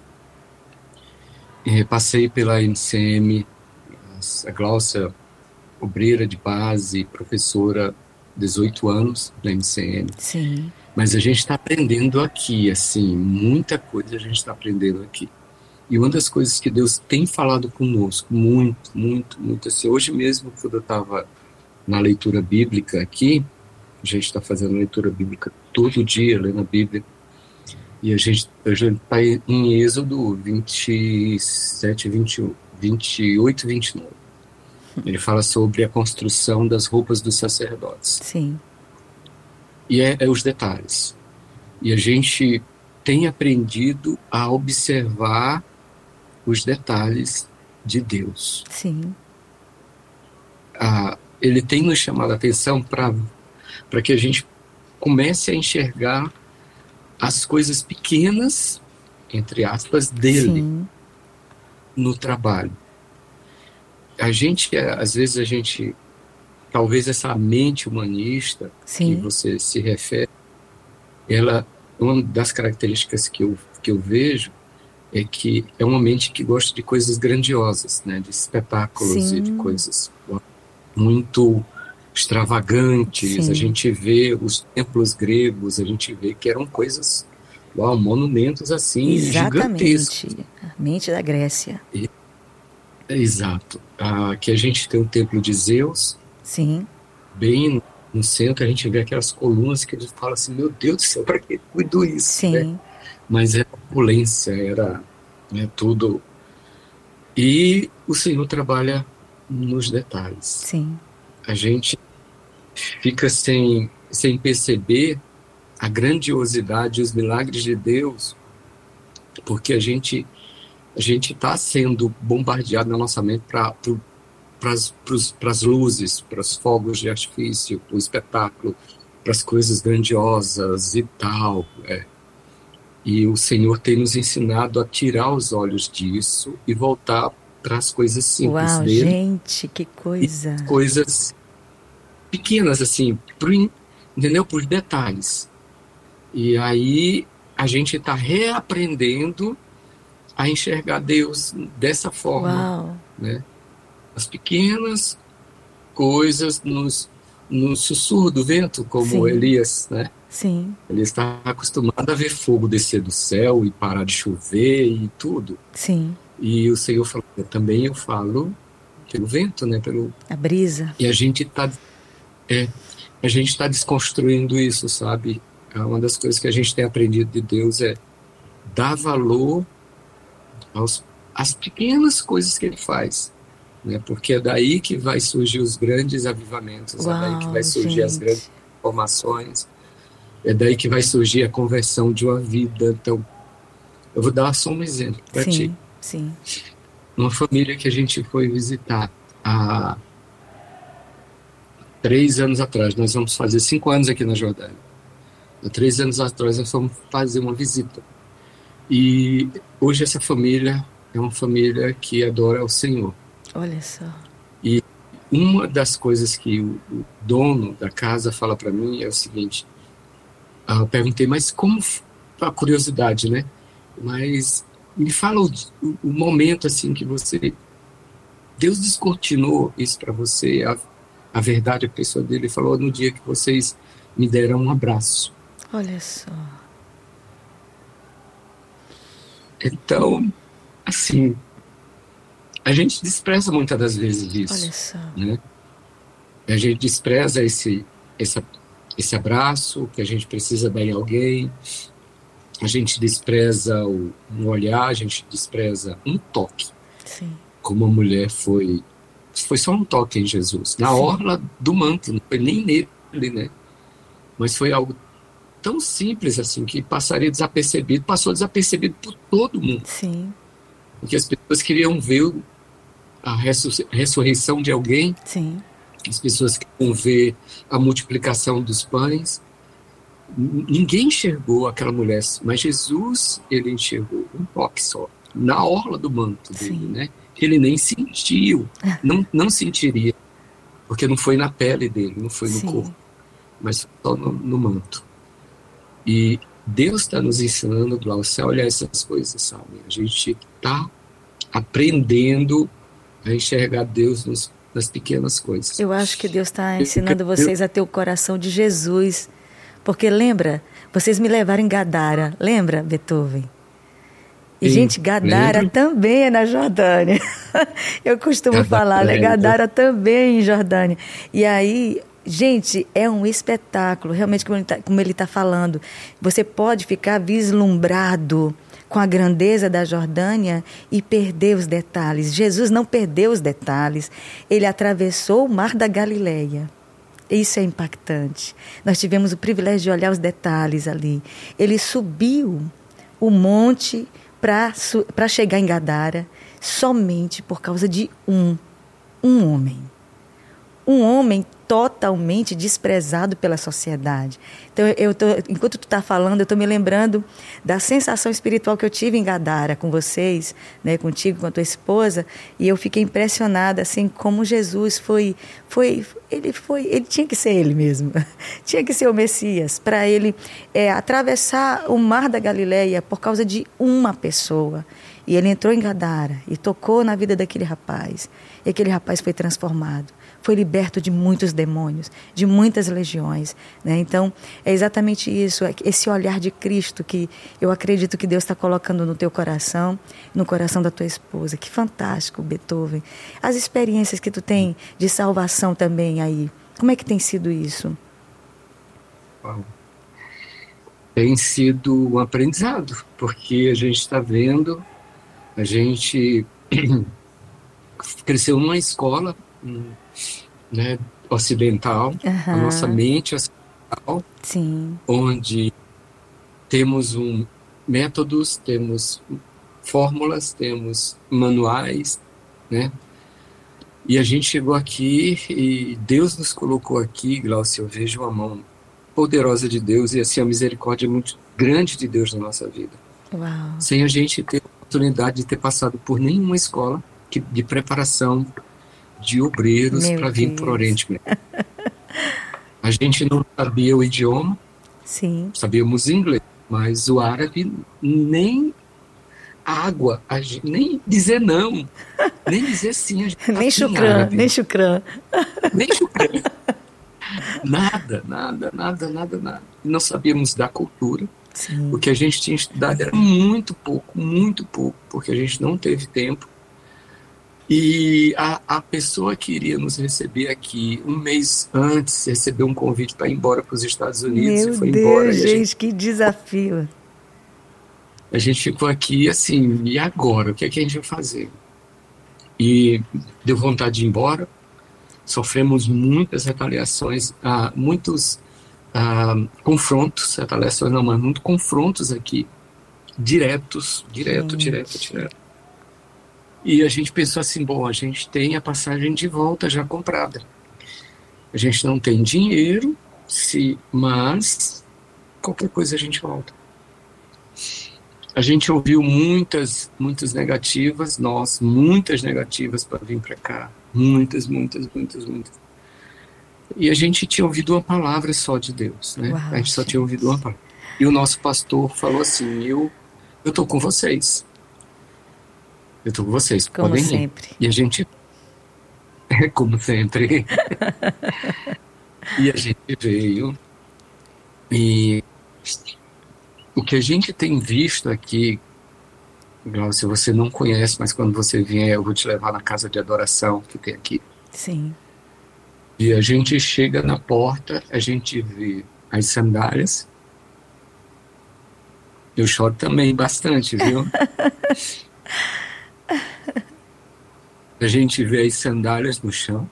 passei pela MCM, a Gláucia, obreira de base, professora, 18 anos na MCM. Sim. Mas a gente está aprendendo aqui, assim, muita coisa a gente está aprendendo aqui. E uma das coisas que Deus tem falado conosco, muito, muito, muito, assim, hoje mesmo, quando eu estava na leitura bíblica aqui, a gente está fazendo leitura bíblica todo dia, lendo a Bíblia, e a gente está em Êxodo 27, 21, 28 e 29. Ele fala sobre a construção das roupas dos sacerdotes. Sim. E é os detalhes. E a gente tem aprendido a observar os detalhes de Deus. Sim. Ele tem nos chamado a atenção para que a gente comece a enxergar as coisas pequenas, entre aspas, dele. Sim. No trabalho. Às vezes talvez essa mente humanista, sim, que você se refere, uma das características que eu vejo é que é uma mente que gosta de coisas grandiosas, né, de espetáculos, sim, e de coisas muito extravagantes. Sim. A gente vê os templos gregos, a gente vê que eram coisas, monumentos assim, exatamente, gigantescos. A mente da Grécia. Exato. Aqui a gente tem o templo de Zeus. Sim. Bem no centro, a gente vê aquelas colunas que a gente fala assim: meu Deus do céu, para que cuidou isso? Sim. Né? Mas era opulência, era, né, tudo. E o Senhor trabalha nos detalhes. Sim. A gente fica sem perceber a grandiosidade e os milagres de Deus, porque a gente está sendo bombardeado na nossa mente para as luzes, para os fogos de artifício, para o espetáculo, para as coisas grandiosas e tal. E o Senhor tem nos ensinado a tirar os olhos disso e voltar para as coisas simples. Uau, dele. Gente, que coisa! E coisas pequenas, assim, entendeu? Por detalhes. E aí a gente está reaprendendo a enxergar Deus dessa forma. Uau. Né? As pequenas coisas no sussurro do vento, como sim, Elias, né? Sim. Ele está acostumado a ver fogo descer do céu e parar de chover e tudo. Sim. E o Senhor falou: também eu falo pelo vento, né? A brisa. E a gente está desconstruindo isso, sabe? Uma das coisas que a gente tem aprendido de Deus é dar valor às pequenas coisas que Ele faz. Né? Porque é daí que vai surgir os grandes avivamentos, Uau, é daí que vai surgir, gente, as grandes formações, é daí que vai surgir a conversão de uma vida. Então, eu vou dar só um exemplo para ti. Sim. Uma família que a gente foi visitar há 3 anos atrás, nós vamos fazer 5 anos aqui na Jordânia. Há 3 anos atrás nós fomos fazer uma visita. E hoje essa família é uma família que adora o Senhor. Olha só. E uma das coisas que o dono da casa fala para mim é o seguinte: eu perguntei, mas como, a curiosidade, né? Mas Me fala o momento assim que Deus descortinou isso para você, a verdade, a pessoa dele falou no dia que vocês me deram um abraço. Olha só. Então, assim, a gente despreza muitas das vezes isso. Olha só. Né? A gente despreza esse abraço que a gente precisa dar em alguém. A gente despreza um olhar, a gente despreza um toque. Sim. Como a mulher foi só um toque em Jesus, na orla do manto, não foi nem nele, né? Mas foi algo tão simples assim, que passaria desapercebido, passou desapercebido por todo mundo. Sim. Porque as pessoas queriam ver a ressurreição de alguém. Sim. As pessoas queriam ver a multiplicação dos pães. Ninguém enxergou aquela mulher, mas Jesus, ele enxergou um toque só, na orla do manto dele, né? Ele nem sentiu, não sentiria, porque não foi na pele dele, não foi no corpo, mas só no manto. E Deus está nos ensinando, Glaucia, a olhar essas coisas, sabe? A gente está aprendendo a enxergar Deus nas pequenas coisas. Eu acho que Deus está ensinando vocês a ter o coração de Jesus. Porque lembra, vocês me levaram em Gadara, lembra, Beethoven? E, gente, Gadara também é na Jordânia. Eu costumo falar, né? Gadara também em Jordânia. E aí, gente, é um espetáculo, realmente, como ele está falando. Você pode ficar vislumbrado com a grandeza da Jordânia e perder os detalhes. Jesus não perdeu os detalhes. Ele atravessou o mar da Galileia. Isso é impactante. Nós tivemos o privilégio de olhar os detalhes ali. Ele subiu o monte para chegar em Gadara somente por causa de um homem. Um homem totalmente desprezado pela sociedade. Então, enquanto tu está falando, eu estou me lembrando da sensação espiritual que eu tive em Gadara com vocês, né, contigo, com a tua esposa, e eu fiquei impressionada, assim, como Jesus ele tinha que ser ele mesmo, tinha que ser o Messias, para ele atravessar o mar da Galileia por causa de uma pessoa. E ele entrou em Gadara e tocou na vida daquele rapaz, e aquele rapaz foi transformado. Foi liberto de muitos demônios, de muitas legiões, né? Então, é exatamente isso, esse olhar de Cristo que eu acredito que Deus está colocando no teu coração, no coração da tua esposa. Que fantástico, Beethoven. As experiências que tu tem de salvação também aí, como é que tem sido isso? Tem sido um aprendizado, porque a gente está vendo, a gente cresceu numa escola, né, ocidental, a nossa mente ocidental, sim, onde temos métodos, temos fórmulas, temos manuais, né? E a gente chegou aqui e Deus nos colocou aqui, Glaucia, eu vejo a mão poderosa de Deus e assim a misericórdia muito grande de Deus na nossa vida. Uau. Sem a gente ter a oportunidade de ter passado por nenhuma escola de preparação de obreiros para vir para o Oriente Médio. A gente não sabia o idioma, sim, sabíamos inglês, mas o árabe nem água, nem dizer não, nem dizer sim. A gente nem chucrã, nem chucrã. Nem chucrã. Nada. Não sabíamos da cultura. Sim. O que a gente tinha estudado era muito pouco, porque a gente não teve tempo. E a pessoa que iria nos receber aqui um mês antes recebeu um convite para ir embora para os Estados Unidos. Meu e foi Deus, embora. gente, que desafio. A gente ficou aqui assim, e agora? O que é que a gente vai fazer? E deu vontade de ir embora. Sofremos muitas retaliações, muitos confrontos, retaliações não, mas muitos confrontos aqui, direto. E a gente pensou assim, bom, a gente tem a passagem de volta já comprada. A gente não tem dinheiro, mas qualquer coisa a gente volta. A gente ouviu muitas negativas, muitas negativas para vir para cá. Muitas. E a gente tinha ouvido uma palavra só de Deus, né? Uau, a gente só tinha ouvido uma palavra. E o nosso pastor falou assim, eu estou com vocês. Eu estou com vocês, como podem sempre. Ir. E a gente... como sempre. E a gente veio e o que a gente tem visto aqui, se você não conhece, mas quando você vier eu vou te levar na casa de adoração que tem aqui. Sim. E a gente chega na porta, a gente vê as sandálias. Eu choro também bastante, viu? A gente vê as sandálias no chão.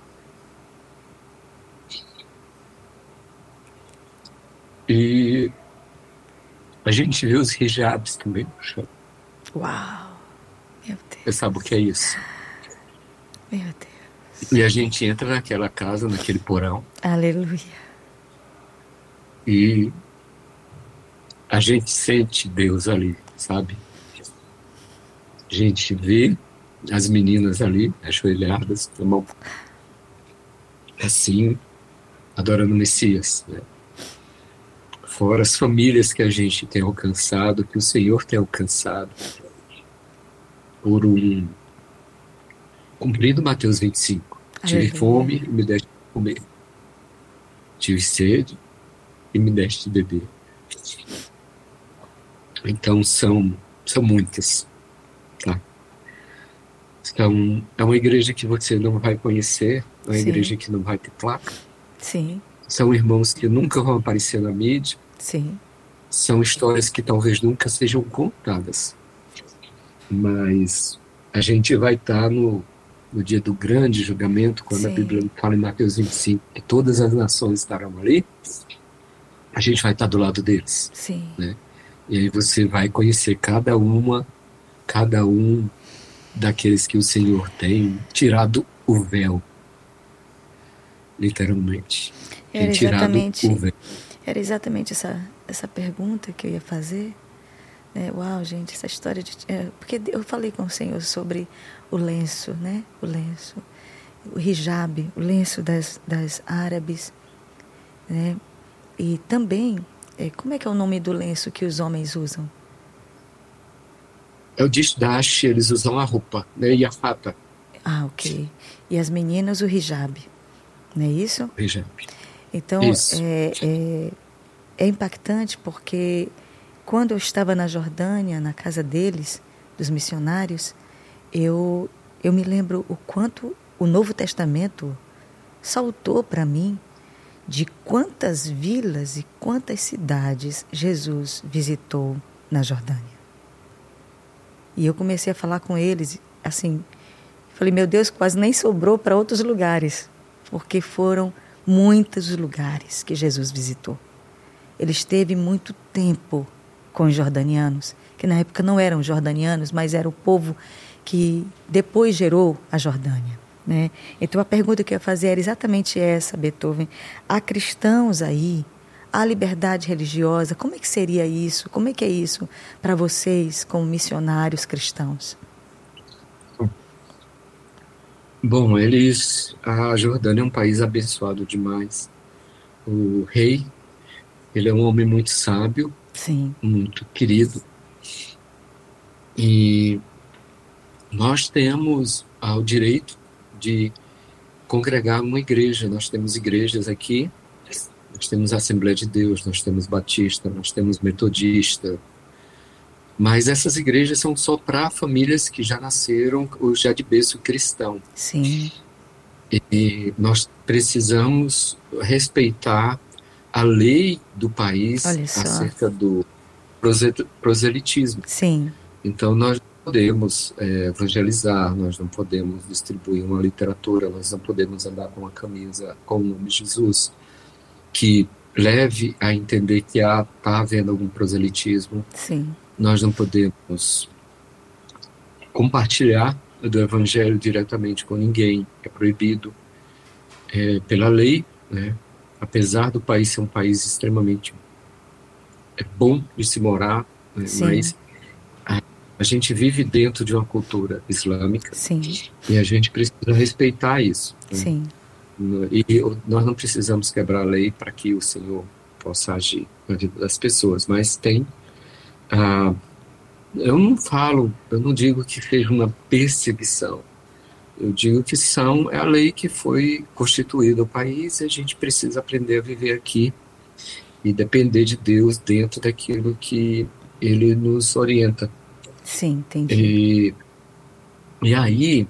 E a gente vê os hijabs também no chão. Uau! Meu Deus. Você sabe o que é isso? Meu Deus. E a gente entra naquela casa, naquele porão. Aleluia. E a gente sente Deus ali, sabe? A gente vê as meninas ali, ajoelhadas, assim, adorando o Messias, né? Fora as famílias que a gente tem alcançado, que o Senhor tem alcançado, por um cumprido Mateus 25. Tive fome e me deste de comer. Tive sede e me deste de beber. Então são muitas, tá? Então, é uma igreja que você não vai conhecer, é uma igreja que não vai ter placa. Sim. São irmãos que nunca vão aparecer na mídia. Sim. São histórias que talvez nunca sejam contadas. Mas a gente vai estar no dia do grande julgamento, quando a Bíblia fala em Mateus 25 que todas as nações estarão ali, a gente vai estar do lado deles. Sim. Né? E aí você vai conhecer cada um daqueles que o Senhor tem tirado o véu, literalmente. Era exatamente essa pergunta que eu ia fazer. Uau, gente, essa história de... porque eu falei com o Senhor sobre o lenço, né? O lenço, o hijab, o lenço das árabes, né? E também, como é que é o nome do lenço que os homens usam? É o dishdash, eles usam a roupa, né? E a fata. Ah, ok. E as meninas o hijab, não é isso? Hijab. Então, é impactante porque quando eu estava na Jordânia, na casa deles, dos missionários, eu me lembro o quanto o Novo Testamento saltou para mim de quantas vilas e quantas cidades Jesus visitou na Jordânia. E eu comecei a falar com eles, assim, falei, meu Deus, quase nem sobrou para outros lugares, porque foram muitos lugares que Jesus visitou. Ele esteve muito tempo com os jordanianos, que na época não eram jordanianos, mas era o povo que depois gerou a Jordânia, né? Então a pergunta que eu ia fazer era exatamente essa, Beethoven. Há cristãos aí, há liberdade religiosa, como é que seria isso? Como é que é isso para vocês como missionários cristãos? Bom, a Jordânia é um país abençoado demais. O rei, ele é um homem muito sábio, sim, muito querido. E nós temos o direito de congregar uma igreja. Nós temos igrejas aqui, nós temos a Assembleia de Deus, nós temos Batista, nós temos Metodista. Mas essas igrejas são só para famílias que já nasceram ou já de berço cristão. Sim. E nós precisamos respeitar a lei do país acerca do proselitismo. Sim. Então nós não podemos evangelizar, nós não podemos distribuir uma literatura, nós não podemos andar com uma camisa com o nome de Jesus, que leve a entender que está havendo algum proselitismo. Sim. Nós não podemos compartilhar do evangelho diretamente com ninguém, é proibido pela lei, né? Apesar do país ser um país extremamente bom de se morar, né? Mas a gente vive dentro de uma cultura islâmica. Sim. E a gente precisa respeitar isso, né? Sim. E nós não precisamos quebrar a lei para que o Senhor possa agir na vida das pessoas, mas tem Eu não digo que seja uma perseguição. Eu digo que é a lei que foi constituída o país e a gente precisa aprender a viver aqui e depender de Deus dentro daquilo que Ele nos orienta. Sim, entendi. E aí,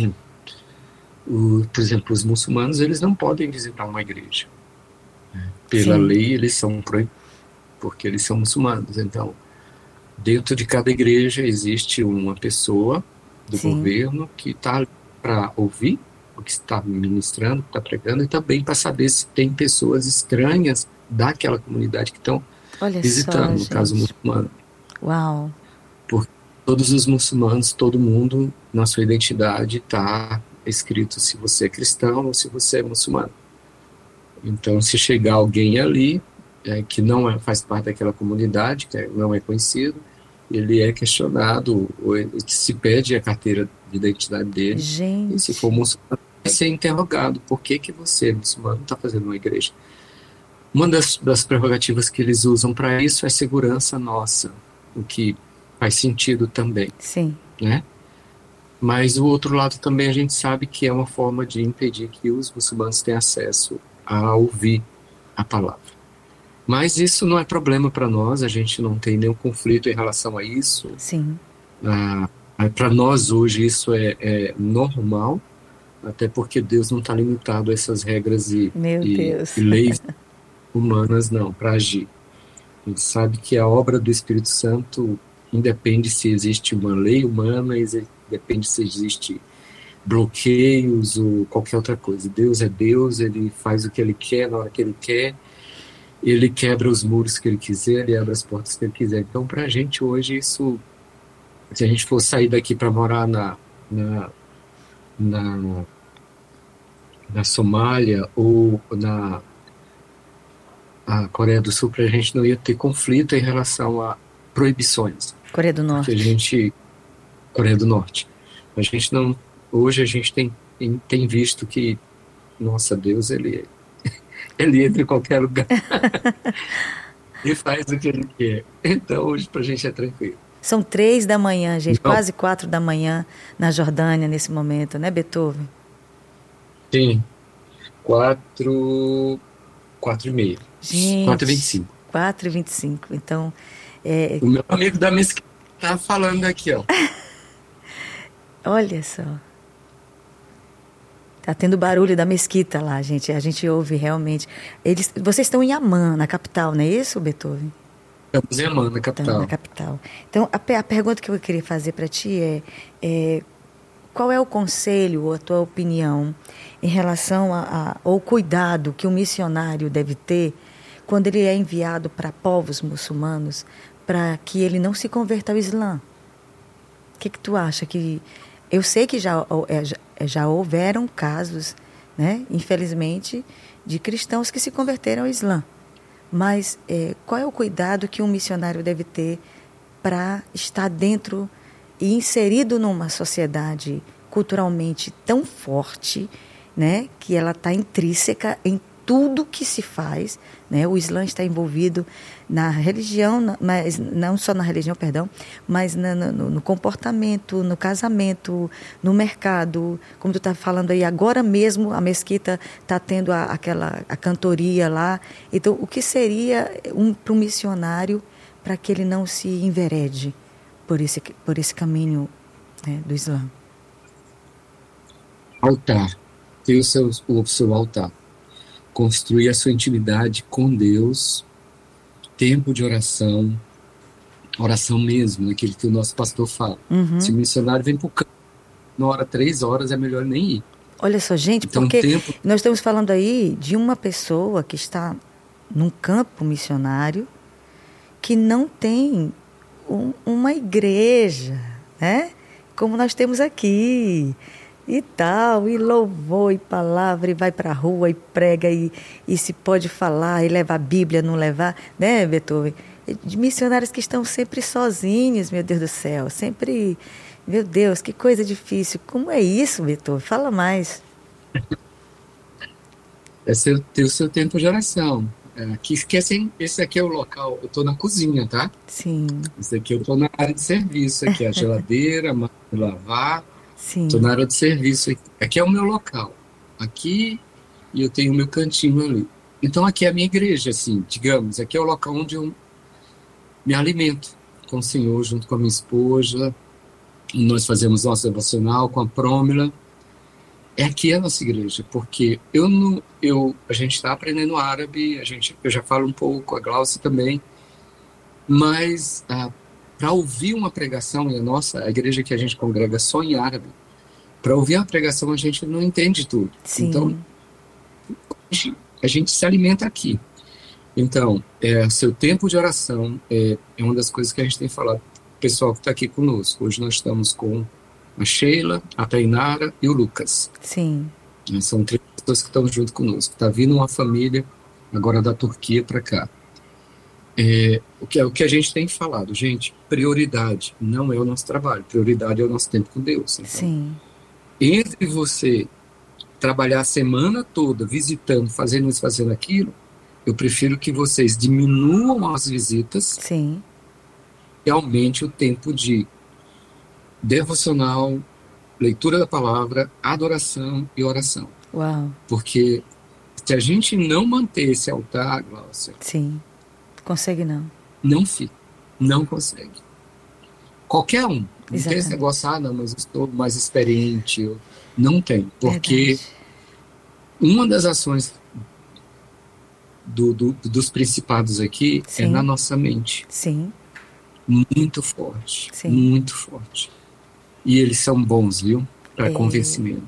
por exemplo, os muçulmanos, eles não podem visitar uma igreja. Pela lei, eles são proibidos, porque eles são muçulmanos. Então, dentro de cada igreja existe uma pessoa do governo que está para ouvir o que está ministrando, o que está pregando, e também para saber se tem pessoas estranhas daquela comunidade que estão visitando, no caso muçulmano. Uau! Porque todos os muçulmanos, todo mundo, na sua identidade está escrito se você é cristão ou se você é muçulmano. Então, se chegar alguém ali que não faz parte daquela comunidade, que não é conhecido, ele é questionado, ou se pede a carteira de identidade dele. Gente. E se for muçulmano, vai ser interrogado. Por que você, muçulmano, está fazendo uma igreja? Uma das prerrogativas que eles usam para isso é segurança nossa, o que faz sentido também. Sim. Né? Mas o outro lado também a gente sabe que é uma forma de impedir que os muçulmanos tenham acesso a ouvir a palavra. Mas isso não é problema para nós, a gente não tem nenhum conflito em relação a isso. Sim. Para nós hoje isso é normal, até porque Deus não está limitado a essas regras e leis humanas não, para agir. A gente sabe que a obra do Espírito Santo independe se existe uma lei humana, depende se existe bloqueios ou qualquer outra coisa. Deus é Deus, Ele faz o que Ele quer, na hora que Ele quer, Ele quebra os muros que Ele quiser, Ele abre as portas que Ele quiser. Então, para a gente hoje, isso, se a gente for sair daqui para morar na Somália ou na Coreia do Sul, para a gente não ia ter conflito em relação a proibições. Coreia do Norte. Coreia do Norte. A gente não... Hoje a gente tem visto que, nossa, Deus, ele entra em qualquer lugar e faz o que Ele quer. Então, hoje pra gente é tranquilo. São 3 da manhã, gente, então, quase 4 da manhã na Jordânia nesse momento, né, Beethoven? Sim, 4h30. Gente, 4h25. 4h25, então... O meu amigo da mesquita tá falando aqui, ó. Olha só. Tá tendo barulho da mesquita lá, gente. A gente ouve realmente. Vocês estão em Amman, na capital, não é isso, Beethoven? Estamos em Amman, na capital. Na capital. Então, a pergunta que eu queria fazer para ti é qual é o conselho ou a tua opinião em relação ao cuidado que um missionário deve ter quando ele é enviado para povos muçulmanos para que ele não se converta ao Islã? O que tu acha que... Eu sei que já houveram casos, né, infelizmente, de cristãos que se converteram ao Islã. Mas qual é o cuidado que um missionário deve ter para estar dentro e inserido numa sociedade culturalmente tão forte, né, que ela está intrínseca em tudo que se faz, né? O Islã está envolvido na religião, mas não só na religião, perdão, mas no comportamento, no casamento, no mercado, como tu está falando aí, agora mesmo a mesquita está tendo a cantoria lá. Então, o que seria para um missionário para que ele não se enverede por esse caminho, né, do Islã? Altar. Ter o seu altar. Construir a sua intimidade com Deus, tempo de oração mesmo, aquele que o nosso pastor fala. Uhum. Se o missionário vem para o campo, na hora 3 horas, é melhor nem ir. Olha só, gente, então, porque nós estamos falando aí de uma pessoa que está num campo missionário que não tem uma igreja, né? Como nós temos aqui. E tal, e louvor, e palavra, e vai para a rua, e prega, e se pode falar, e leva a Bíblia, não levar, né, Beethoven? De missionários que estão sempre sozinhos, meu Deus do céu, sempre, meu Deus, que coisa difícil. Como é isso, Beethoven? Fala mais. É ter o seu tempo de oração. Esse aqui é o local, eu estou na cozinha, tá? Sim. Esse aqui eu estou na área de serviço, aqui é a geladeira, a máquina de lavar. Sim. Estou na área de serviço. Aqui é o meu local. Aqui, e eu tenho o meu cantinho ali. Então aqui é a minha igreja, assim, digamos. Aqui é o local onde eu me alimento com o Senhor, junto com a minha esposa. Nós fazemos nosso devocional com a Prômila. Aqui é a nossa igreja, porque a gente está aprendendo árabe, eu já falo um pouco, a Glaucia também, mas para ouvir uma pregação, e a igreja que a gente congrega só em árabe, para ouvir a pregação a gente não entende tudo. Sim. Então, a gente se alimenta aqui. Então, seu tempo de oração é uma das coisas que a gente tem falado para o pessoal que está aqui conosco. Hoje nós estamos com a Sheila, a Tainara e o Lucas. Sim. São 3 pessoas que estão junto conosco. Está vindo uma família agora da Turquia para cá. O que a gente tem falado, gente, prioridade não é o nosso trabalho, prioridade é o nosso tempo com Deus. Então, sim. Entre você trabalhar a semana toda visitando, fazendo isso, fazendo aquilo, eu prefiro que vocês diminuam as visitas. Sim. E aumente o tempo de devocional, leitura da palavra, adoração e oração. Uau. Porque se a gente não manter esse altar, Glaucia... Sim, consegue não. Não fica, não consegue. Qualquer um. Não Exatamente. Tem esse negócio, não, mas eu estou mais experiente. Não tem, porque uma das ações dos principados aqui é na nossa mente. Sim. Muito forte, muito forte. E eles são bons, viu? Para convencimento.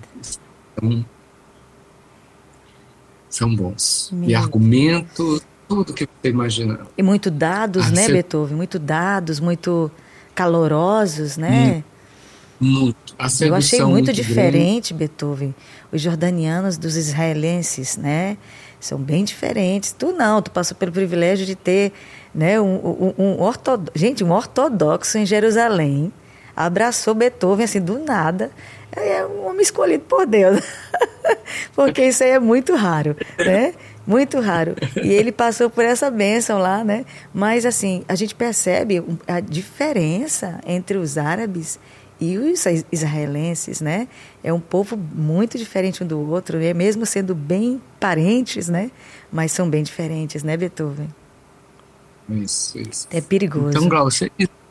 São bons. E argumentos, tudo que você imaginar. E muito dados, né, Beethoven? Muito dados, muito calorosos, né? Muito. Eu achei muito diferente, grande. Beethoven. Os jordanianos dos israelenses, né? São bem diferentes. Tu passou pelo privilégio de ter, né, um ortodoxo em Jerusalém. Abraçou Beethoven assim do nada. É um homem escolhido por Deus. Porque isso aí é muito raro, né? Muito raro. E ele passou por essa bênção lá, né? Mas assim, a gente percebe a diferença entre os árabes e os israelenses, né? É um povo muito diferente um do outro, né? Mesmo sendo bem parentes, né? Mas são bem diferentes, né, Beethoven? Isso. É perigoso. Então, Glaucia,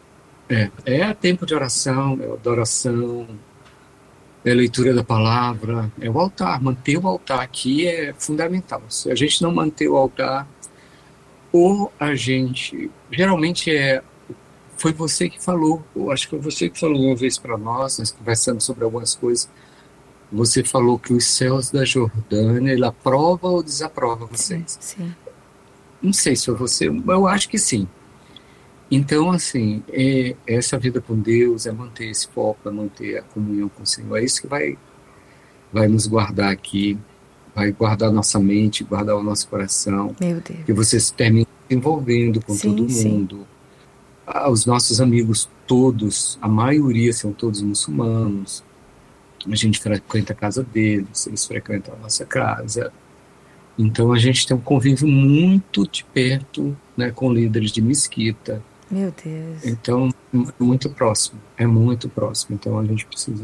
é tempo de oração, é adoração, é leitura da palavra, é o altar. Manter o altar aqui é fundamental. Se a gente não manter o altar, ou a gente... Geralmente foi você que falou, acho que foi você que falou uma vez para nós conversamos sobre algumas coisas. Você falou que os céus da Jordânia, ele aprova ou desaprova vocês? Sim. Não sei se foi você, eu acho que sim. Então, assim, essa vida com Deus, é manter esse foco, é manter a comunhão com o Senhor. É isso que vai nos guardar aqui, vai guardar nossa mente, guardar o nosso coração. Meu Deus. Que você se termine se envolvendo com todo mundo. Sim. Os nossos amigos todos, a maioria são todos muçulmanos. A gente frequenta a casa deles, eles frequentam a nossa casa. Então a gente tem um convívio muito de perto, né, com líderes de mesquita. Meu Deus. Então, é muito próximo. Então a gente precisa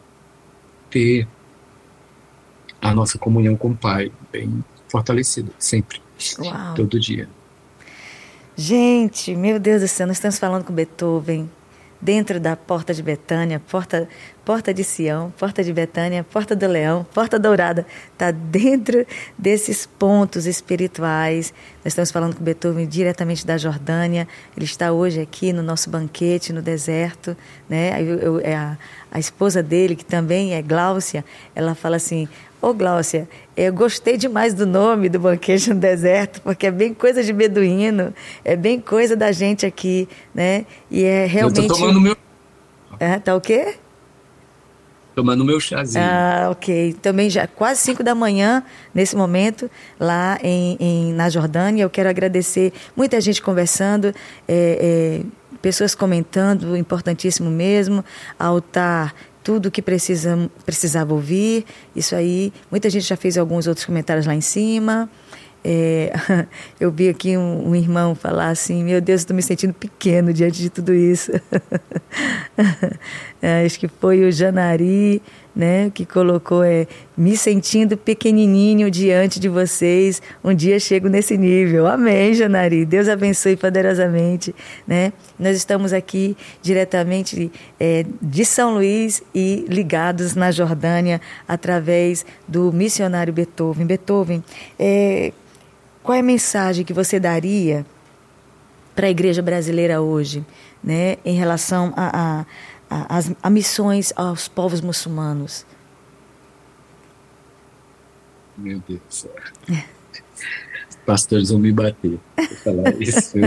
ter a nossa comunhão com o Pai bem fortalecida, sempre. Uau. Todo dia. Gente, meu Deus do céu, nós estamos falando com Beethoven, dentro da porta de Betânia, porta de Sião, porta de Betânia, porta do Leão, porta dourada, está dentro desses pontos espirituais. Nós estamos falando com Beethoven diretamente da Jordânia, ele está hoje aqui no nosso banquete no deserto, né? A esposa dele, que também é Glaucia, ela fala assim: ô Glaucia, eu gostei demais do nome do banquete no deserto, porque é bem coisa de beduíno, é bem coisa da gente aqui, né? E é realmente... Eu tô tomando meu... Tá o quê? Tomando meu chazinho. Ok. Também já quase 5 da manhã, nesse momento, lá na Jordânia. Eu quero agradecer muita gente conversando, pessoas comentando, importantíssimo mesmo, altar, tudo que precisava ouvir, isso aí. Muita gente já fez alguns outros comentários lá em cima. Eu vi aqui um irmão falar assim, meu Deus, estou me sentindo pequeno diante de tudo isso. Acho que foi o Janari, né, que colocou, me sentindo pequenininho diante de vocês, um dia chego nesse nível. Amém, Janari, Deus abençoe poderosamente, né? Nós estamos aqui diretamente de São Luís e ligados na Jordânia através do missionário Beethoven. Beethoven, qual é a mensagem que você daria para a igreja brasileira hoje, né, em relação a missões aos povos muçulmanos? Meu Deus do céu. Os pastores vão me bater por falar isso.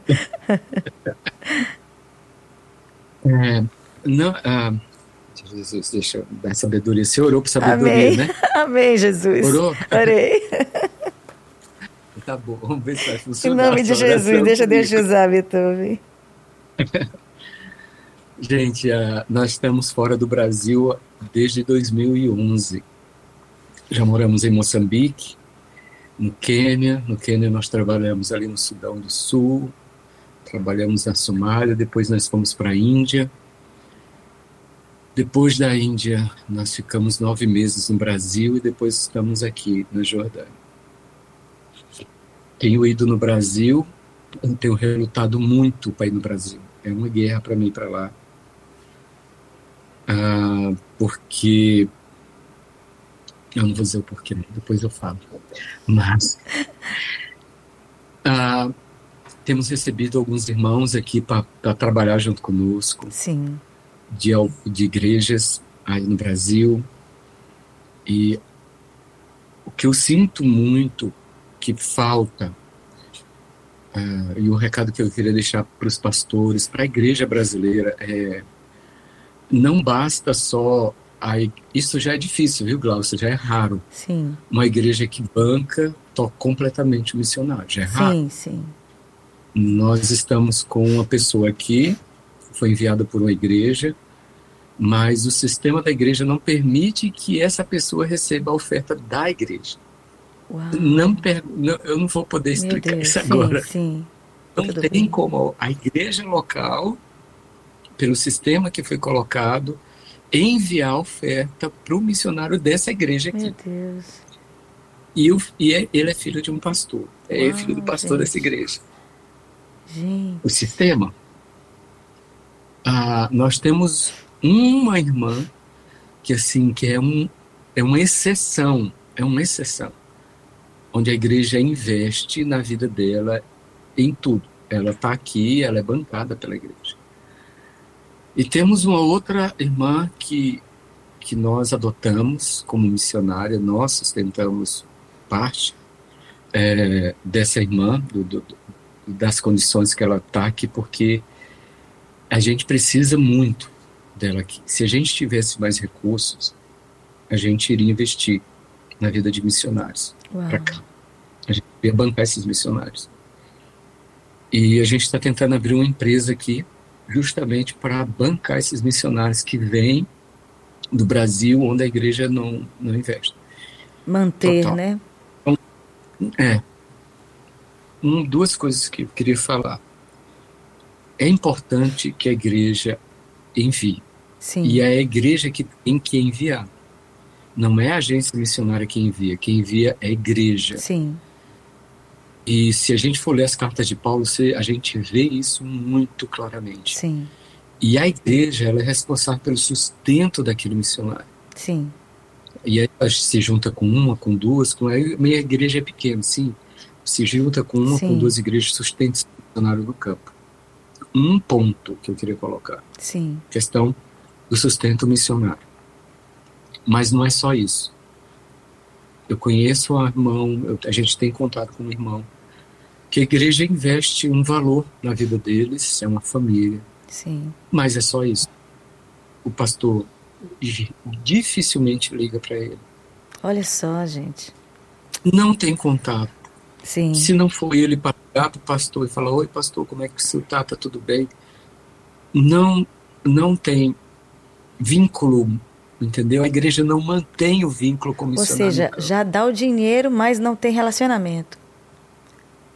Não, Jesus, deixa eu dar sabedoria. Você orou por sabedoria, amém, né? Amém, Jesus. Orou? Orei. Tá bom, vamos ver se vai funcionar. Em nome de Jesus, deixa Deus te usar, Beethoven. Gente, nós estamos fora do Brasil desde 2011. Já moramos em Moçambique, no Quênia. No Quênia nós trabalhamos ali no Sudão do Sul, trabalhamos na Somália, depois nós fomos para a Índia. Depois da Índia, nós ficamos 9 meses no Brasil e depois estamos aqui na Jordânia. Tenho ido no Brasil, tenho relutado muito para ir no Brasil. É uma guerra para mim ir para lá. Porque... Eu não vou dizer o porquê, depois eu falo. Mas... temos recebido alguns irmãos aqui para trabalhar junto conosco. Sim. De igrejas aí no Brasil. E o que eu sinto muito que falta, e o recado que eu queria deixar para os pastores, para a igreja brasileira, não basta só... isso já é difícil, viu, Glaucia? Já é raro. Sim. Uma igreja que banca completamente o missionário, já é raro. Sim, sim. Nós estamos com uma pessoa aqui, foi enviada por uma igreja, mas o sistema da igreja não permite que essa pessoa receba a oferta da igreja. Uau. Eu não vou poder explicar isso sim, agora. Sim. Não tem como a igreja local, pelo sistema que foi colocado, enviar a oferta para o missionário dessa igreja aqui. Meu Deus. Ele é filho de um pastor. Ele é filho do pastor dessa igreja. Gente. O sistema. Nós temos uma irmã que é uma exceção. É uma exceção. Onde a igreja investe na vida dela em tudo. Ela está aqui, ela é bancada pela igreja. E temos uma outra irmã que nós adotamos como missionária, nós sustentamos parte dessa irmã, das condições que ela está aqui, porque a gente precisa muito dela aqui. Se a gente tivesse mais recursos, a gente iria investir na vida de missionários para cá. A gente ia bancar esses missionários. E a gente está tentando abrir uma empresa aqui justamente para bancar esses missionários que vêm do Brasil, onde a igreja não investe. Manter, total. Né? Então, duas coisas que eu queria falar. É importante que a igreja envie. Sim. E é a igreja que tem que enviar. Não é a agência missionária que envia. Quem envia é a igreja. Sim. E se a gente for ler as cartas de Paulo, a gente vê isso muito claramente. Sim. E a igreja, ela é responsável pelo sustento daquele missionário. Sim. E aí ela se junta com uma, com duas, minha igreja é pequena, sim. Se junta com uma, com duas igrejas, sustenta esse missionário no campo. Um ponto que eu queria colocar. Sim. Questão do sustento missionário. Mas não é só isso. Eu conheço um irmão, a gente tem contato com um irmão, que a igreja investe um valor na vida deles, é uma família. Sim. Mas é só isso. O pastor dificilmente liga para ele. Olha só, gente. Não tem contato. Sim. Se não for ele para ligar para o pastor e falar: oi, pastor, como é que você está? Está tudo bem? Não tem vínculo, entendeu? A igreja não mantém o vínculo com o missionário. Ou seja, já dá o dinheiro, mas não tem relacionamento.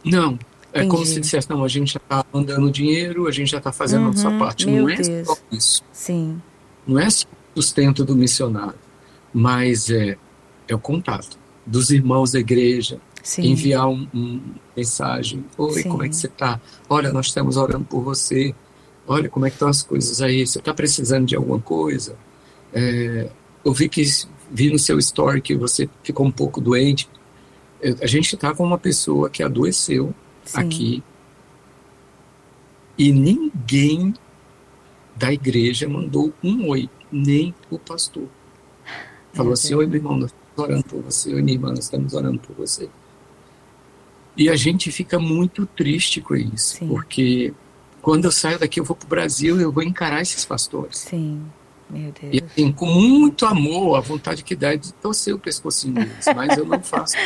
Não. É como se dissesse, não, a gente já está mandando dinheiro, a gente já está fazendo a nossa parte. Não é só isso. Sim. Não é só o sustento do missionário, mas é o contato dos irmãos da igreja. Sim. Enviar uma mensagem. Oi, sim, como é que você está? Olha, nós estamos orando por você. Olha, como é que estão as coisas aí? Você está precisando de alguma coisa? Eu vi no seu story que você ficou um pouco doente. A gente está com uma pessoa que adoeceu, sim, aqui, e ninguém da igreja mandou um oi, nem o pastor. Falou assim, oi, meu irmão, nós estamos orando por você. Oi, minha irmã, nós estamos orando por você. E a gente fica muito triste com isso, sim, porque quando eu saio daqui, eu vou para o Brasil e eu vou encarar esses pastores. Sim, meu Deus. E assim, com muito amor, a vontade que dá é de torcer o pescocinho deles, mas eu não faço.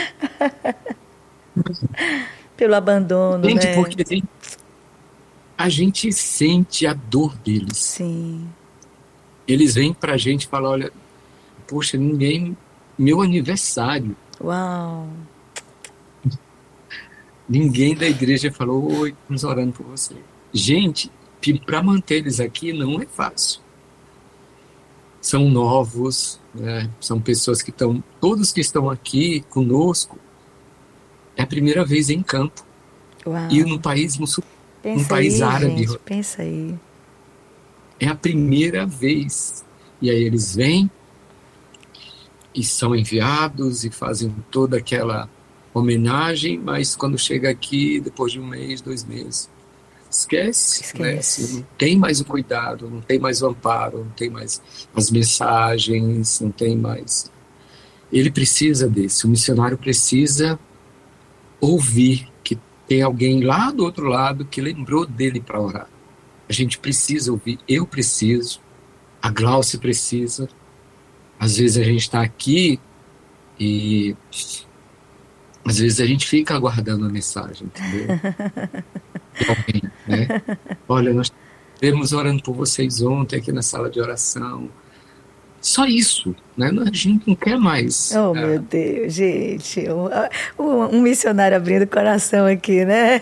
Pelo abandono, gente, né? Porque a gente sente a dor deles. Sim. Eles vêm pra gente e falam, olha, poxa, meu aniversário. Uau! Ninguém da igreja falou, oi, estamos orando por você. Gente, para manter eles aqui não é fácil. São novos, né? São pessoas que estão, todos que estão aqui conosco, é a primeira vez em campo. Uau. E no país muçulmano, um país árabe. Gente, pensa aí. É a primeira vez. E aí eles vêm e são enviados e fazem toda aquela homenagem, mas quando chega aqui, depois de 1 mês, 2 meses, esquece. Né? Assim, não tem mais o cuidado, não tem mais o amparo, não tem mais as mensagens, não tem mais... Ele precisa desse, o missionário precisa ouvir que tem alguém lá do outro lado que lembrou dele para orar. A gente precisa ouvir, eu preciso, a Glaucia precisa. Às vezes a gente está aqui e às vezes a gente fica aguardando a mensagem, entendeu? De alguém, né? Olha, nós estivemos orando por vocês ontem aqui na sala de oração. Só isso, né? A gente não quer mais. Oh, meu Deus, gente. Um missionário abrindo o coração aqui, né?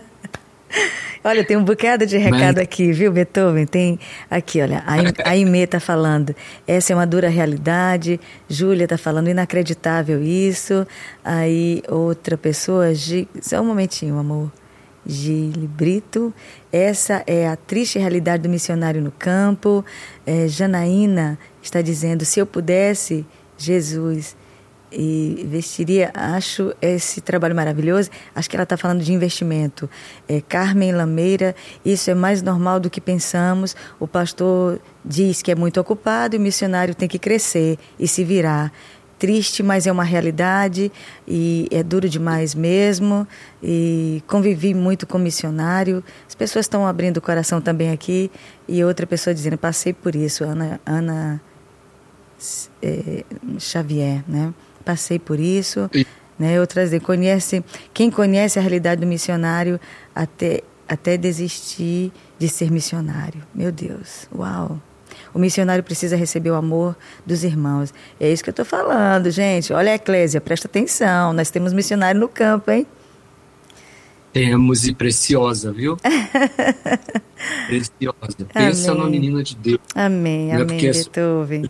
Olha, tem um bocado de recado aqui, viu, Beethoven? Tem aqui, olha, a Aimee está falando, essa é uma dura realidade. Júlia está falando, inacreditável isso. Aí outra pessoa, só um momentinho, amor. Gile Brito, essa é a triste realidade do missionário no campo. Janaína está dizendo, se eu pudesse, Jesus, e investiria, acho esse trabalho maravilhoso. Acho que ela está falando de investimento. Carmen Lameira, isso é mais normal do que pensamos. O pastor diz que é muito ocupado e o missionário tem que crescer e se virar. Triste, mas é uma realidade e é duro demais mesmo. E convivi muito com missionário. As pessoas estão abrindo o coração também aqui. E outra pessoa dizendo, passei por isso, Ana Xavier, né? Passei por isso, né? Outras quem conhece a realidade do missionário até desistir de ser missionário. Meu Deus, uau! O missionário precisa receber o amor dos irmãos. É isso que eu estou falando, gente. Olha a eclésia, presta atenção. Nós temos missionário no campo, hein? Temos, e preciosa, viu? Preciosa. Pensa numa menina de Deus. Amém, amém, Beethoven.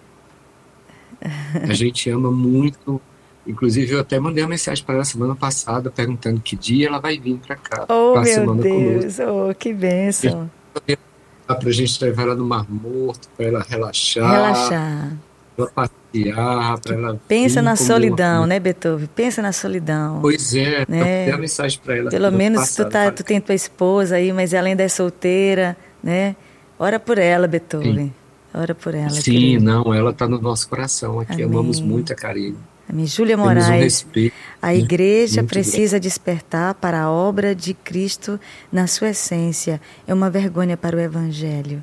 A gente ama muito. Inclusive, eu até mandei uma mensagem para ela semana passada, perguntando que dia ela vai vir para cá. Oh, meu Deus! Oh, que bênção! Para a gente levar ela no Mar Morto, para ela relaxar. Para ela passear, para ela... Pensa na solidão, né, Beethoven? Pensa na solidão. Pois é, né? Eu dei a mensagem para ela. Pelo menos tu tem tua esposa aí, mas ela ainda é solteira, né? Ora por ela, Beethoven. Sim. Ora por ela. Sim, querido. Não, ela está no nosso coração aqui. Amém. Amamos muito a Karine. Amém. Júlia Moraes, a igreja precisa despertar para a obra de Cristo na sua essência. É uma vergonha para o Evangelho.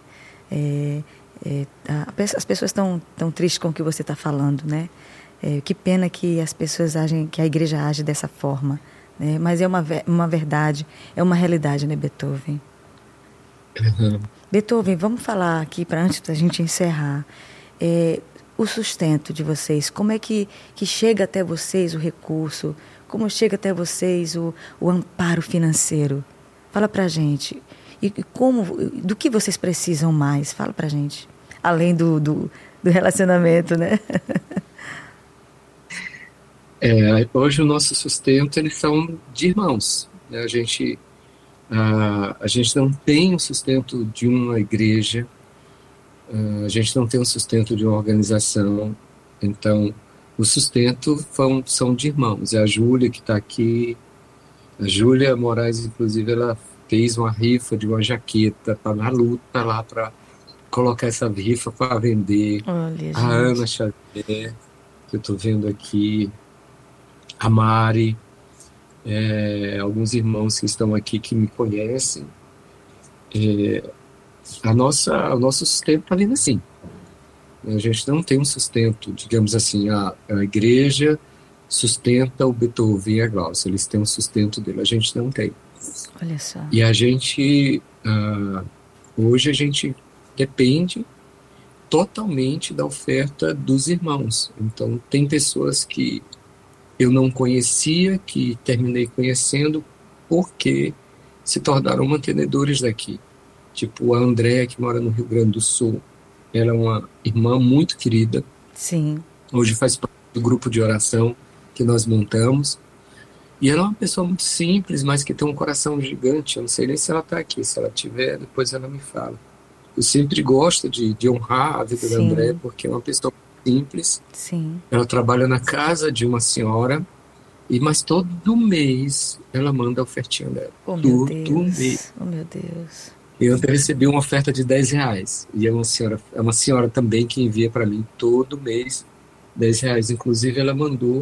As pessoas estão tristes com o que você está falando, né? Que pena que as pessoas agem, que a igreja age dessa forma, né? Mas é uma verdade, é uma realidade, né, Beethoven? Uhum. Beethoven, vamos falar aqui, antes da gente encerrar, o sustento de vocês, como é que chega até vocês o recurso, como chega até vocês o amparo financeiro? Fala pra gente. E do que vocês precisam mais? Fala pra gente. Além do relacionamento, né? Hoje o nosso sustento, eles são de irmãos. Né? A gente não tem o sustento de uma igreja, a gente não tem o sustento de uma organização. Então, o sustento são de irmãos. É a Júlia que está aqui. A Júlia Moraes, inclusive, ela fez uma rifa de uma jaqueta, está na luta lá para colocar essa rifa para vender. Olha, a Ana Xavier, que eu estou vendo aqui, a Mari, alguns irmãos que estão aqui que me conhecem. O nosso sustento está vindo assim. A gente não tem um sustento, digamos assim, a igreja sustenta o Beethoven e a Glaucia, eles têm um sustento dele, a gente não tem. Olha só. E a gente, hoje a gente depende totalmente da oferta dos irmãos. Então, tem pessoas que eu não conhecia, que terminei conhecendo porque se tornaram mantenedores daqui. Tipo a Andréa, que mora no Rio Grande do Sul. Ela é uma irmã muito querida. Sim. Hoje faz parte do grupo de oração que nós montamos. E ela é uma pessoa muito simples, mas que tem um coração gigante. Eu não sei nem se ela está aqui. Se ela tiver, depois ela me fala. Eu sempre gosto de honrar a vida da Andréa, porque é uma pessoa simples. Sim. Ela trabalha na casa de uma senhora, mas todo mês ela manda a ofertinha dela. Todo mês. Oh, meu Deus. Eu até recebi uma oferta de R$10. E é uma senhora também que envia para mim todo mês R$10. Inclusive, ela mandou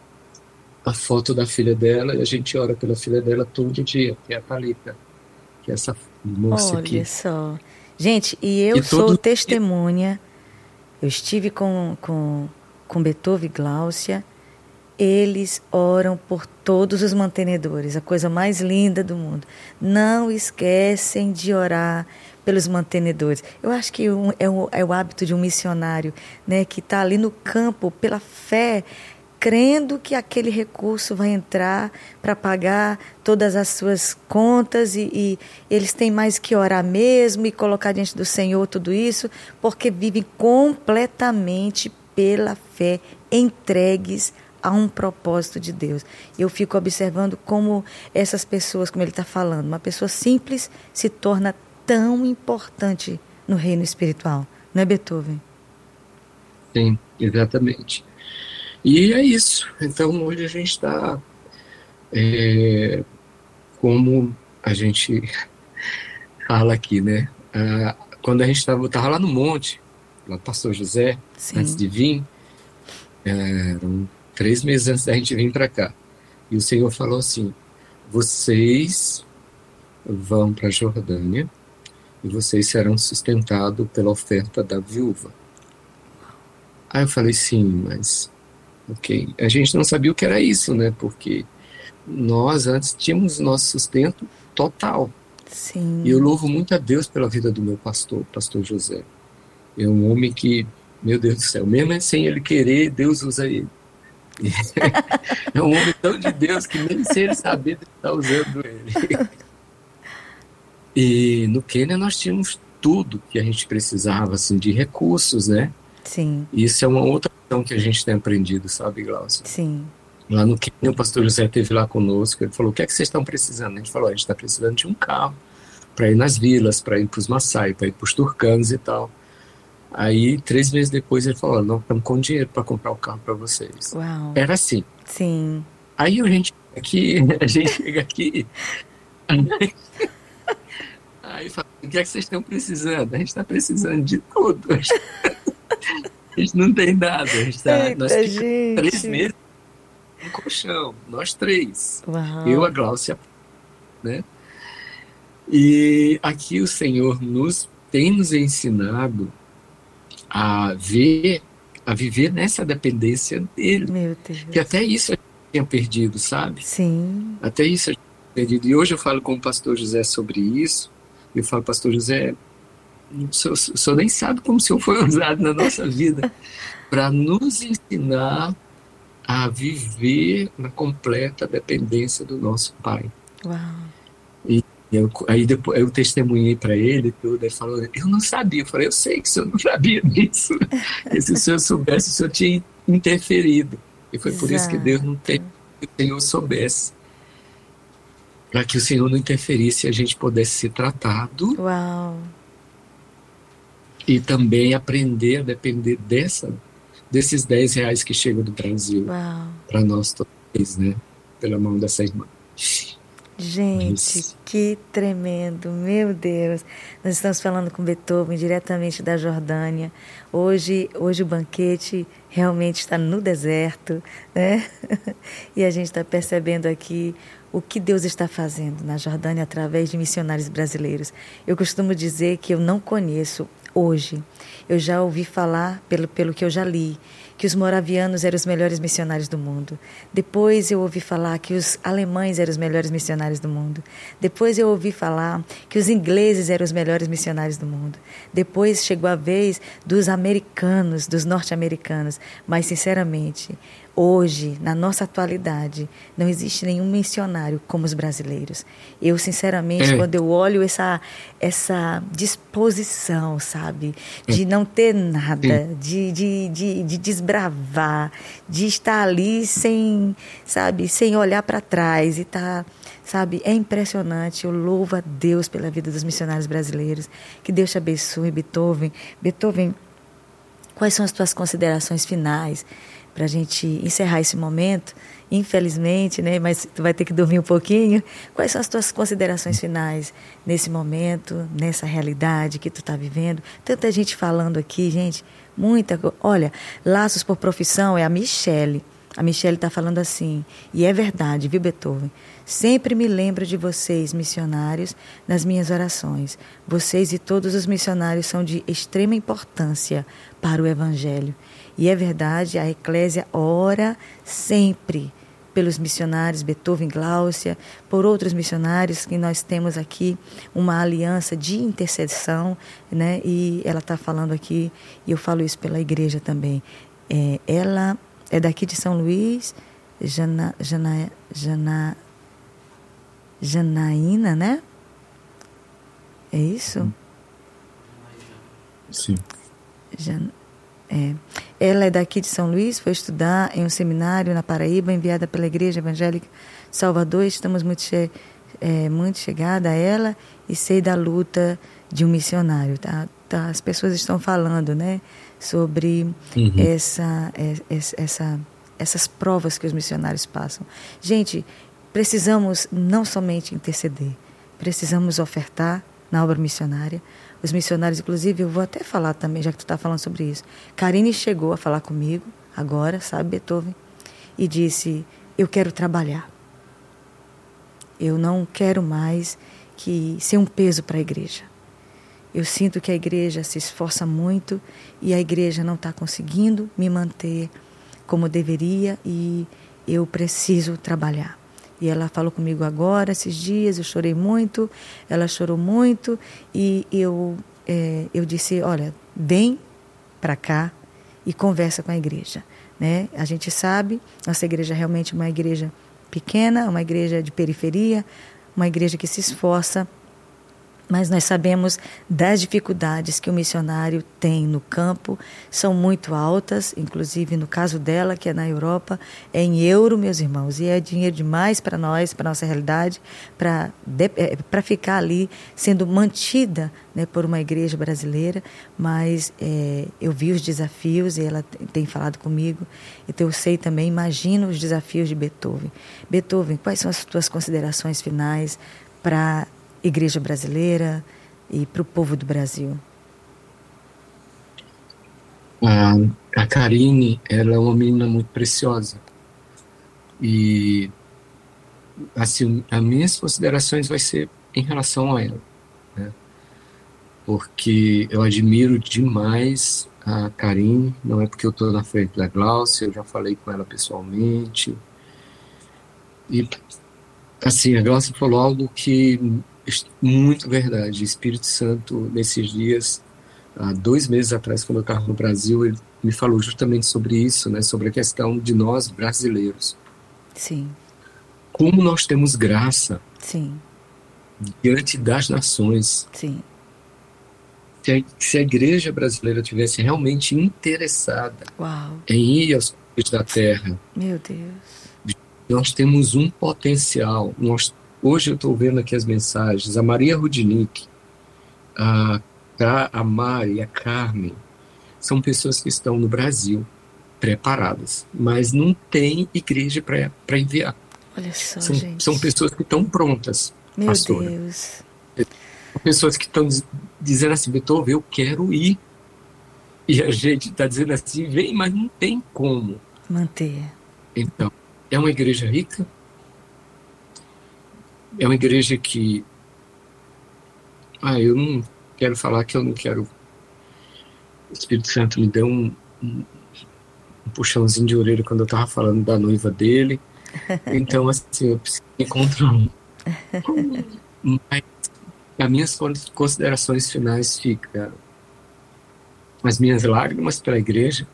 a foto da filha dela, e a gente ora pela filha dela todo dia, que é a Thalita, que é essa moça aqui. Olha só. Gente, eu sou testemunha. Eu estive com Beethoven e Glaucia. Eles oram por todos os mantenedores, a coisa mais linda do mundo. Não esquecem de orar pelos mantenedores. Eu acho que é o hábito de um missionário, né, que está ali no campo pela fé, crendo que aquele recurso vai entrar para pagar todas as suas contas e eles têm mais que orar mesmo e colocar diante do Senhor tudo isso, porque vivem completamente pela fé, entregues a um propósito de Deus. Eu fico observando como essas pessoas, como ele está falando, uma pessoa simples se torna tão importante no reino espiritual. Não é, Beethoven? Sim, exatamente. E é isso. Então, hoje a gente está, como a gente fala aqui, né? Quando a gente estava lá no monte, lá do Pastor José, Sim. Antes de vir, eram 3 meses antes da gente vir para cá. E o Senhor falou assim: vocês vão para a Jordânia e vocês serão sustentados pela oferta da viúva. Aí eu falei, sim, mas ok. A gente não sabia o que era isso, né? Porque nós antes tínhamos nosso sustento total. Sim. E eu louvo muito a Deus pela vida do meu pastor José. É um homem que, meu Deus do céu, mesmo sem ele querer, Deus usa ele. É um homem tão de Deus que nem sem ele saber Deus está usando ele. E no Quênia nós tínhamos tudo que a gente precisava, assim, de recursos, né? Sim. E isso é uma outra questão que a gente tem aprendido, sabe, Glaucia? Sim. Lá no Quênia, o pastor José esteve lá conosco, ele falou, o que é que vocês estão precisando? A gente falou, a gente está precisando de um carro para ir nas vilas, para ir para os Maasai, para ir para os turcanos e tal. Aí, 3 meses depois, ele falou, nós estamos com dinheiro para comprar o carro para vocês. Uau. Era assim. Sim. Aí a gente chega aqui, aí fala, o que é que vocês estão precisando? A gente está precisando de tudo. A gente não tem nada. Nós ficamos 3 meses no colchão, nós 3. Uau. Eu, a Glaucia, né? E aqui o Senhor tem nos ensinado a viver nessa dependência dele. Meu Deus. Que até isso a gente tinha perdido, sabe? Sim. Até isso a gente tinha perdido. E hoje eu falo com o pastor José sobre isso. Eu falo, pastor José, o senhor nem sabe como o senhor foi usado na nossa vida para nos ensinar a viver na completa dependência do nosso Pai. Uau. E aí depois eu testemunhei para ele tudo, ele falou, eu não sabia. Eu falei, eu sei que o senhor não sabia disso. E se o senhor soubesse, o senhor tinha interferido. E foi por isso que Deus não tem que o Senhor soubesse. Para que o Senhor não interferisse e a gente pudesse ser tratado. Uau. E também aprender a depender desses R$10 que chegam do Brasil para nós todos, né? Pela mão dessa irmã. Gente, que tremendo, meu Deus. Nós estamos falando com Beethoven diretamente da Jordânia. Hoje o banquete realmente está no deserto, né? E a gente está percebendo aqui o que Deus está fazendo na Jordânia através de missionários brasileiros. Eu costumo dizer que eu não conheço hoje. Eu já ouvi falar, pelo que eu já li, que os moravianos eram os melhores missionários do mundo. Depois eu ouvi falar que os alemães eram os melhores missionários do mundo. Depois eu ouvi falar que os ingleses eram os melhores missionários do mundo. Depois chegou a vez dos americanos, dos norte-americanos. Mas, sinceramente, hoje, na nossa atualidade, não existe nenhum missionário como os brasileiros. Eu, sinceramente, quando eu olho essa disposição, sabe, de não ter nada, de desbravar, de estar ali sem olhar para trás e tá, sabe, é impressionante. Eu louvo a Deus pela vida dos missionários brasileiros. Que Deus te abençoe, Beethoven. Beethoven, quais são as tuas considerações finais para a gente encerrar esse momento? Infelizmente, né? Mas tu vai ter que dormir um pouquinho. Quais são as tuas considerações finais nesse momento, nessa realidade que tu está vivendo? Tanta gente falando aqui, gente, muita. Olha, Laços por Profissão é a Michele. A Michele está falando assim, e é verdade, viu, Beethoven? Sempre me lembro de vocês, missionários, nas minhas orações. Vocês e todos os missionários são de extrema importância para o Evangelho. E é verdade, a Eclésia ora sempre pelos missionários, Beethoven, Gláucia, por outros missionários que nós temos aqui, uma aliança de intercessão, né? E ela está falando aqui, e eu falo isso pela igreja também. Ela é daqui de São Luís, Janaína, né? É isso? Sim. Ela é daqui de São Luís, foi estudar em um seminário na Paraíba, enviada pela Igreja Evangélica Salvador. Estamos muito chegada a ela e sei da luta de um missionário. Tá? As pessoas estão falando, né, sobre essas provas que os missionários passam. Gente, precisamos não somente interceder, precisamos ofertar na obra missionária. Os missionários, inclusive, eu vou até falar também, já que tu está falando sobre isso. Karine chegou a falar comigo, agora, sabe, Beethoven, e disse, eu quero trabalhar. Eu não quero mais ser um peso para a igreja. Eu sinto que a igreja se esforça muito e a igreja não está conseguindo me manter como deveria e eu preciso trabalhar. E ela falou comigo agora, esses dias, eu chorei muito, ela chorou muito e eu disse, olha, vem para cá e conversa com a igreja. Né? A gente sabe, nossa igreja é realmente uma igreja pequena, uma igreja de periferia, uma igreja que se esforça, mas nós sabemos das dificuldades que o missionário tem no campo, são muito altas, inclusive no caso dela, que é na Europa, é em euro, meus irmãos, e é dinheiro demais para nós, para a nossa realidade, para ficar ali sendo mantida, né, por uma igreja brasileira, mas eu vi os desafios e ela tem falado comigo, então eu sei também, imagino os desafios de Beethoven. Beethoven, quais são as tuas considerações finais para igreja brasileira e para o povo do Brasil? A Karine, ela é uma menina muito preciosa e assim, as minhas considerações vai ser em relação a ela, né? Porque eu admiro demais a Karine, não é porque eu estou na frente da Gláucia, eu já falei com ela pessoalmente e assim, a Gláucia falou algo que muito verdade. O Espírito Santo, nesses dias, há 2 meses atrás, quando eu estava no Brasil, ele me falou justamente sobre isso, né? Sobre a questão de nós brasileiros. Sim. Como nós temos graça. Sim. Diante das nações. Sim. Se a igreja brasileira tivesse realmente interessada Uau. em ir aos confins da terra. Meu Deus. Nós temos um potencial. Hoje eu estou vendo aqui as mensagens. A Maria Rudnick, a Mari, a Carmen, são pessoas que estão no Brasil preparadas, mas não tem igreja para enviar. Olha só, gente. São pessoas que estão prontas, meu pastora. Deus. São pessoas que estão dizendo assim, Beethoven, eu quero ir. E a gente está dizendo assim, vem, mas não tem como manter. Então, é uma igreja rica, é uma igreja que... eu não quero falar que eu não quero... O Espírito Santo me deu um puxãozinho de orelha quando eu estava falando da noiva dele. Então, assim, eu preciso encontrar um. Mas as minhas considerações finais ficam as minhas lágrimas pela igreja,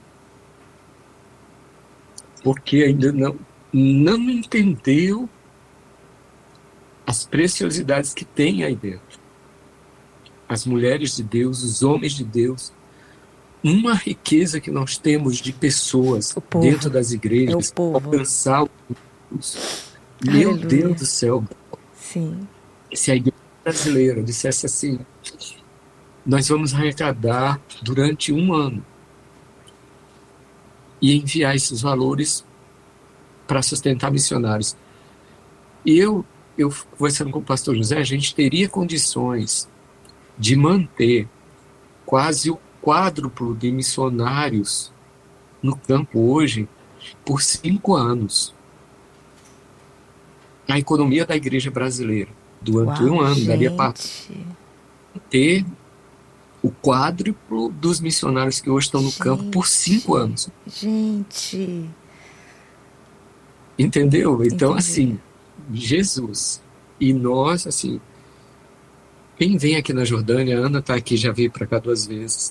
porque ainda não entendeu as preciosidades que tem aí dentro. As mulheres de Deus, os homens de Deus, uma riqueza que nós temos de pessoas dentro das igrejas, alcançar os... Meu Deus do céu. Sim. Se a igreja brasileira dissesse assim, nós vamos arrecadar durante 1 ano e enviar esses valores para sustentar missionários. E eu conversando com o pastor José, a gente teria condições de manter quase o quádruplo de missionários no campo hoje por 5 anos. A economia da igreja brasileira, durante 1 ano, daria para ter o quádruplo dos missionários que hoje estão no campo por 5 anos. Gente! Entendeu? Então, assim, Jesus e nós, assim, quem vem aqui na Jordânia, a Ana está aqui, já veio para cá 2 vezes.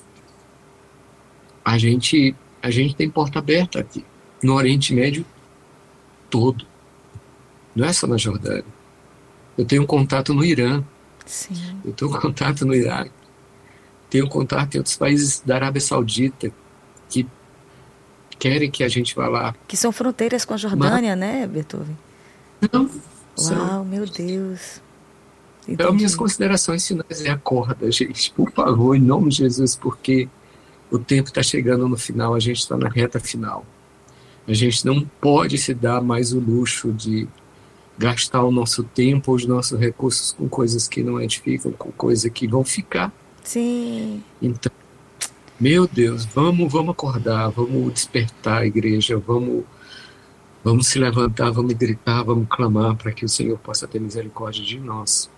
A gente tem porta aberta aqui, no Oriente Médio todo. Não é só na Jordânia. Eu tenho contato no Irã. Sim. Eu tenho contato no Iraque. Tenho contato em outros países da Arábia Saudita que querem que a gente vá lá. Que são fronteiras com a Jordânia, né, Beethoven? Não. Uau, meu Deus. Então, minhas considerações finais é acorda, gente. Por favor, em nome de Jesus, porque o tempo está chegando no final, a gente está na reta final. A gente não pode se dar mais o luxo de gastar o nosso tempo, os nossos recursos com coisas que não edificam, com coisas que vão ficar. Sim. Então, meu Deus, vamos acordar, vamos despertar a igreja, vamos se levantar, vamos gritar, vamos clamar para que o Senhor possa ter misericórdia de nós.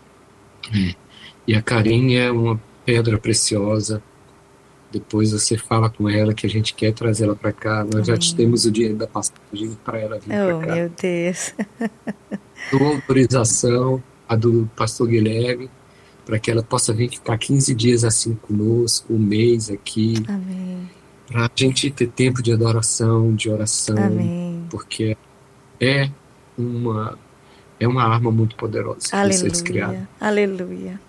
E a Karine é uma pedra preciosa. Depois você fala com ela que a gente quer trazer ela para cá. Nós já temos o dinheiro da passagem para ela vir para cá. Meu Deus. Dou autorização, a do pastor Guilherme, para que ela possa vir ficar 15 dias assim conosco, 1 mês aqui. Amém. Para a gente ter tempo de adoração, de oração. Amém. Porque é uma arma muito poderosa. Aleluia. Vocês criaram. Aleluia.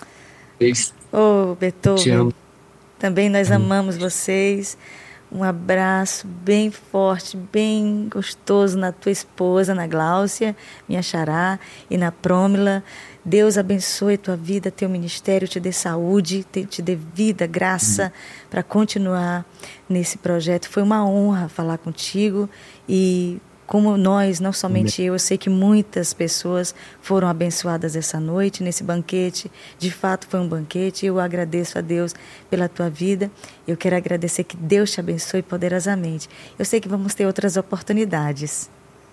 Beethoven. Te amo. Também nós amamos vocês. Um abraço bem forte, bem gostoso na tua esposa, na Gláucia, minha xará, e na Prômila. Deus abençoe tua vida, teu ministério, te dê saúde, te dê vida, graça para continuar nesse projeto. Foi uma honra falar contigo e como nós, não somente eu sei que muitas pessoas foram abençoadas essa noite, nesse banquete. De fato, foi um banquete. Eu agradeço a Deus pela tua vida. Eu quero agradecer que Deus te abençoe poderosamente. Eu sei que vamos ter outras oportunidades.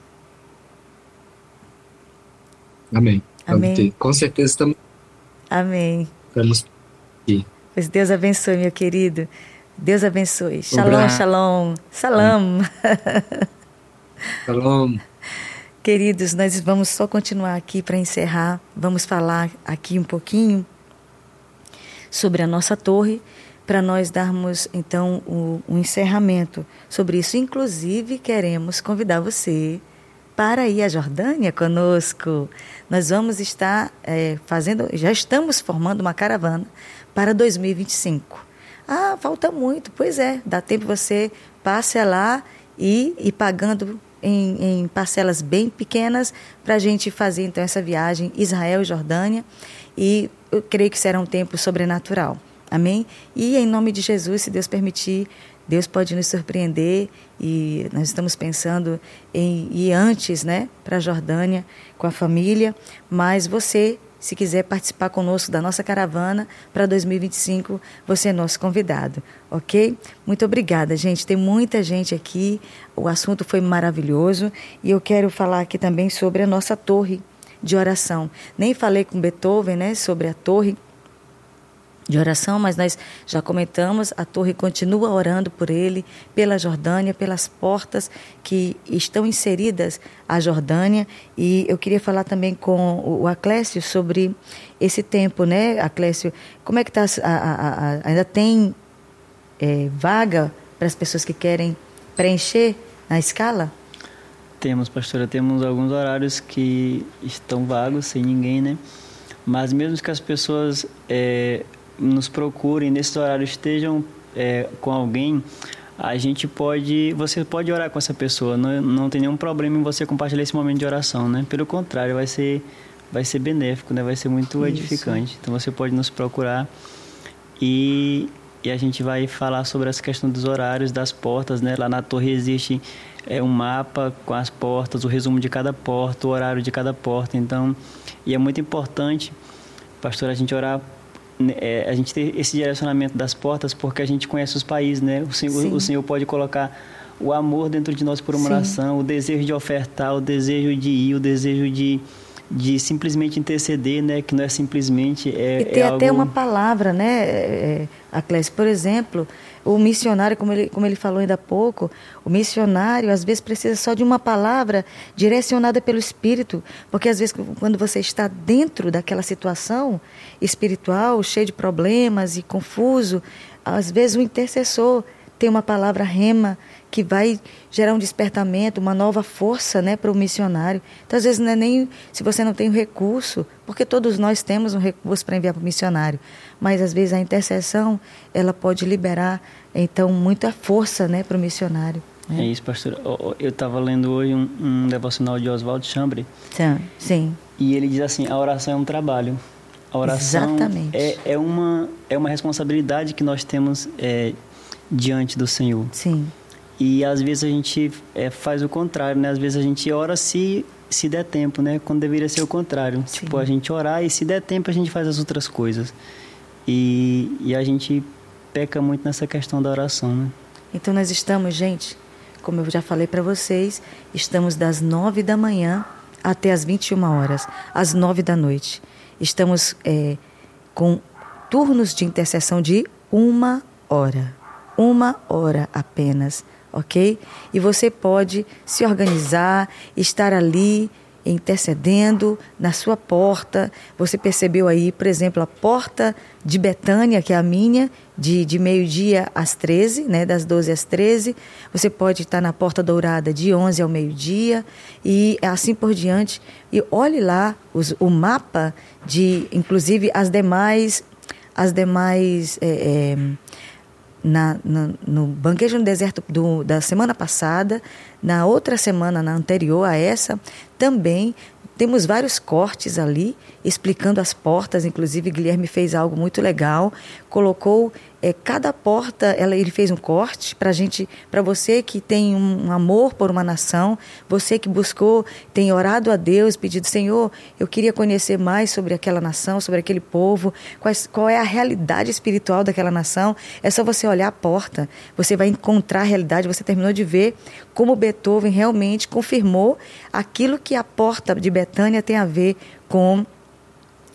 Amém. Amém. Com certeza estamos. Amém. Estamos aqui. Pois Deus abençoe, meu querido. Deus abençoe. Shalom, shalom. Salam. Shalom. Queridos, nós vamos só continuar aqui para encerrar. Vamos falar aqui um pouquinho sobre a nossa torre, para nós darmos, então, um encerramento sobre isso. Inclusive, queremos convidar você para ir à Jordânia conosco. Nós vamos estar já estamos formando uma caravana para 2025. Ah, falta muito. Pois é, dá tempo você parcelar e ir pagando em parcelas bem pequenas para a gente fazer, então, essa viagem Israel e Jordânia. E eu creio que será um tempo sobrenatural. Amém? E em nome de Jesus, se Deus permitir, Deus pode nos surpreender e nós estamos pensando em ir antes, né, para a Jordânia com a família, mas você, se quiser participar conosco da nossa caravana para 2025, você é nosso convidado, ok? Muito obrigada, gente. Tem muita gente aqui, o assunto foi maravilhoso e eu quero falar aqui também sobre a nossa torre de oração. Nem falei com Beethoven, né, sobre a torre de oração, mas nós já comentamos, a torre continua orando por ele, pela Jordânia, pelas portas que estão inseridas à Jordânia. E eu queria falar também com o Aclécio sobre esse tempo, né, Aclécio? Como é que está? Ainda tem vaga para as pessoas que querem preencher na escala? Temos, pastora, temos alguns horários que estão vagos, sem ninguém, né? Mas mesmo que as pessoas nos procurem, nesses horários estejam com alguém, você pode orar com essa pessoa, não tem nenhum problema em você compartilhar esse momento de oração, né? Pelo contrário, vai ser benéfico, né? Vai ser muito edificante. Então você pode nos procurar e a gente vai falar sobre essa questão dos horários, das portas, né? Lá na torre existe um mapa com as portas, o resumo de cada porta, o horário de cada porta. Então, e é muito importante, pastor, a gente orar, a gente ter esse direcionamento das portas, porque a gente conhece os países, né? O Senhor pode colocar o amor dentro de nós por uma oração, o desejo de ofertar, o desejo de ir, o desejo de simplesmente interceder, né? Que não é simplesmente... e ter até uma palavra, né, Aclécio? Por exemplo, o missionário, como ele falou ainda há pouco, o missionário às vezes precisa só de uma palavra direcionada pelo Espírito, porque às vezes quando você está dentro daquela situação espiritual, cheio de problemas e confuso, às vezes o intercessor tem uma palavra rema que vai gerar um despertamento, uma nova força, né, para o missionário. Então, às vezes, não é nem se você não tem o recurso, porque todos nós temos um recurso para enviar para o missionário, mas, às vezes, a intercessão, ela pode liberar, então, muita força, né, para o missionário. É isso, pastor. Eu estava lendo hoje um devocional de Oswald Chambry. Sim. E ele diz assim, a oração é um trabalho. A oração é uma responsabilidade que nós temos diante do Senhor. Sim. E às vezes a gente faz o contrário, né? Às vezes a gente ora se der tempo, né? Quando deveria ser o contrário. Sim. Tipo, a gente orar e se der tempo a gente faz as outras coisas. E a gente peca muito nessa questão da oração, né? Então nós estamos, gente, como eu já falei para vocês, estamos das 9 da manhã até as 21 horas, às 9 da noite. Estamos com turnos de intercessão de 1 hora. 1 hora apenas, ok? E você pode se organizar, estar ali intercedendo na sua porta. Você percebeu aí, por exemplo, a porta de Betânia, que é a minha, de meio-dia às 13, né, das 12 às 13. Você pode estar na Porta Dourada de 11 ao meio-dia e assim por diante. E olhe lá o mapa de, inclusive, as demais no banquete no deserto da semana passada, na outra semana, na anterior a essa, também temos vários cortes ali, explicando as portas. Inclusive, Guilherme fez algo muito legal, colocou cada porta, ele fez um corte para você que tem um amor por uma nação, você que buscou, tem orado a Deus, pedido, Senhor, eu queria conhecer mais sobre aquela nação, sobre aquele povo, qual é a realidade espiritual daquela nação. É só você olhar a porta, você vai encontrar a realidade. Você terminou de ver como Beethoven realmente confirmou aquilo que a porta de Betânia tem a ver com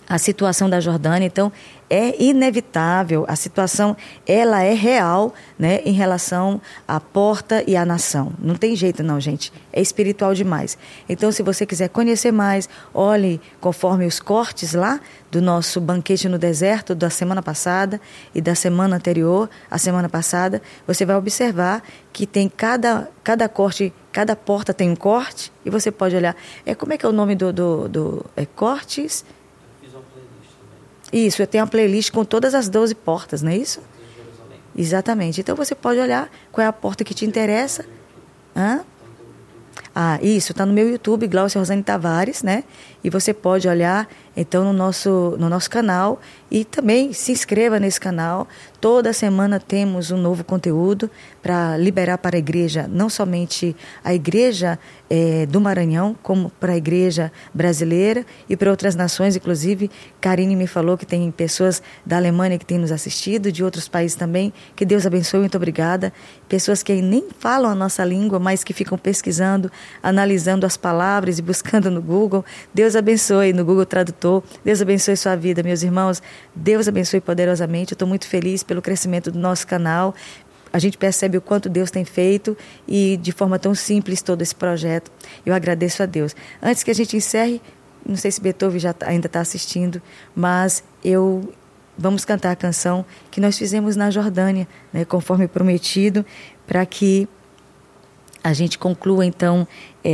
a situação da Jordânia. Então, é inevitável, a situação, ela é real, né, em relação à porta e à nação. Não tem jeito não, gente, é espiritual demais. Então, se você quiser conhecer mais, olhe conforme os cortes lá do nosso banquete no deserto da semana passada e da semana anterior, a semana passada, você vai observar que tem cada corte, cada porta tem um corte, e você pode olhar, como é que é o nome do cortes? Isso, eu tenho uma playlist com todas as 12 portas, não é isso? Exatamente. Então você pode olhar qual é a porta que te interessa. Hã? Isso, está no meu YouTube, Glaucia Rosane Tavares, né? E você pode olhar, então, no nosso canal, e também se inscreva nesse canal. Toda semana temos um novo conteúdo para liberar para a igreja, não somente a igreja do Maranhão, como para a igreja brasileira e para outras nações. Inclusive, Karine me falou que tem pessoas da Alemanha que têm nos assistido, de outros países também. Que Deus abençoe, muito obrigada. Pessoas que nem falam a nossa língua, mas que ficam pesquisando, analisando as palavras e buscando no Google. Deus abençoe, no Google Tradutor. Deus abençoe sua vida, meus irmãos. Deus abençoe poderosamente. Eu estou muito feliz pelo crescimento do nosso canal. A gente percebe o quanto Deus tem feito e de forma tão simples todo esse projeto. Eu agradeço a Deus. Antes que a gente encerre, não sei se Beethoven ainda está assistindo, mas vamos cantar a canção que nós fizemos na Jordânia, né, conforme prometido, para que a gente conclua então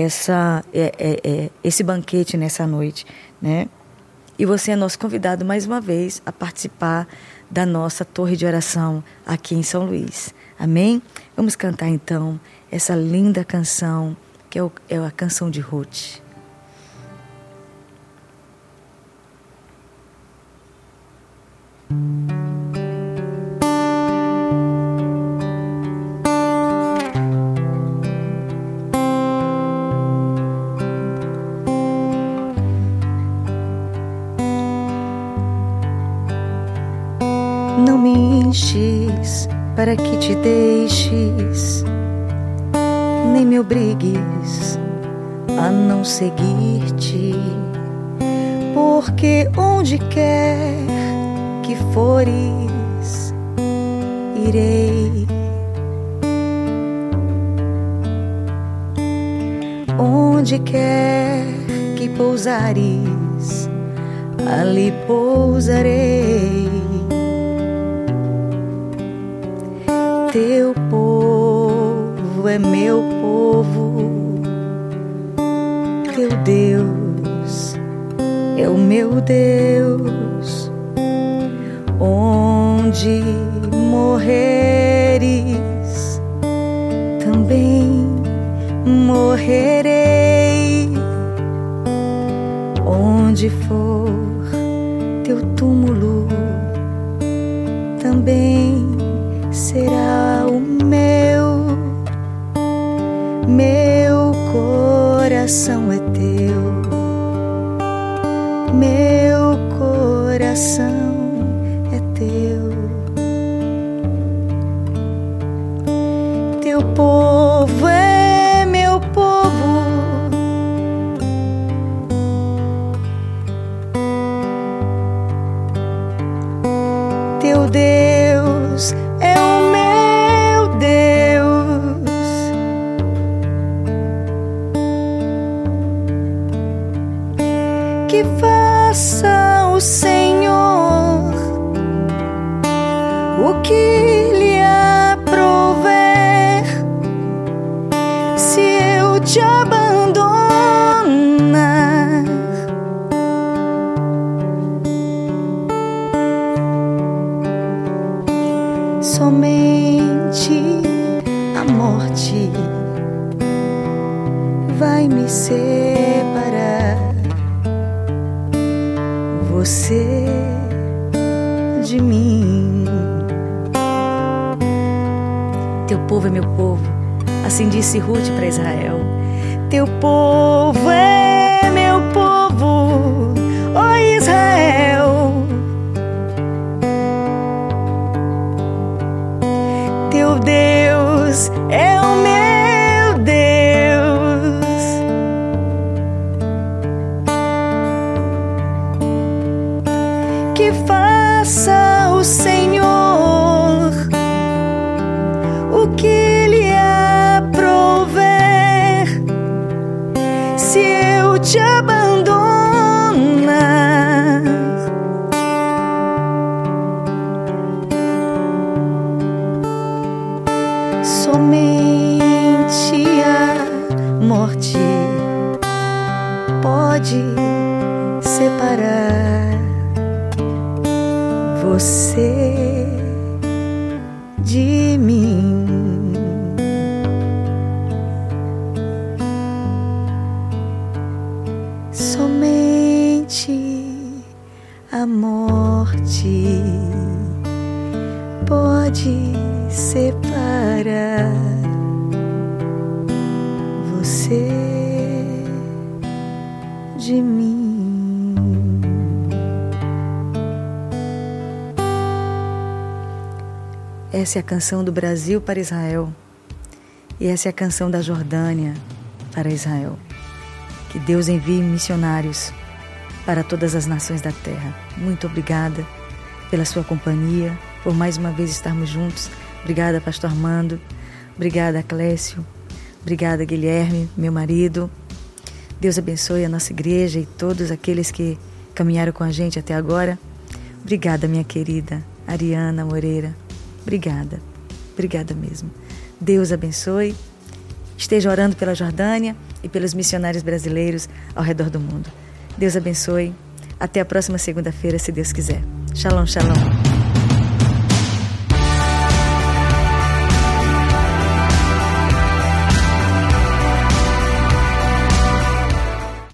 esse banquete nessa noite, né? E você é nosso convidado mais uma vez a participar da nossa torre de oração aqui em São Luís. Amém? Vamos cantar então essa linda canção que é a canção de Ruth. Não me enches para que te deixes, nem me obrigues a não seguir-te, porque onde quer que fores, irei. Onde quer que pousares, ali pousarei. Teu povo é meu povo, teu Deus é o meu Deus. Onde morreres, também morrerei. Onde for teu túmulo, também será o meu coração é teu, meu coração é teu. Teu povo é meu povo, teu Deus é o meu Deus. Que faça o Senhor o que lhe aprouver, se eu te abandonar. Somente a morte vai me separar, você de mim. Teu povo é meu povo, assim disse Ruth para Israel. Teu povo é meu povo, ó Israel. Teu Deus é o meu Deus. faça o Senhor o que lhe aprouver. Se eu te abandonar, somente a morte pode separar você de mim. Somente a morte pode separar você de mim. Essa é a canção do Brasil para Israel. E essa é a canção da Jordânia para Israel. Que Deus envie missionários para todas as nações da terra. Muito obrigada pela sua companhia, por mais uma vez estarmos juntos. Obrigada, pastor Armando. Obrigada, Clécio. Obrigada, Guilherme, meu marido. Deus abençoe a nossa igreja e todos aqueles que caminharam com a gente até agora. Obrigada, minha querida Ariana Moreira. Obrigada. Obrigada mesmo. Deus abençoe. Esteja orando pela Jordânia e pelos missionários brasileiros ao redor do mundo. Deus abençoe. Até a próxima segunda-feira, se Deus quiser. Shalom, shalom.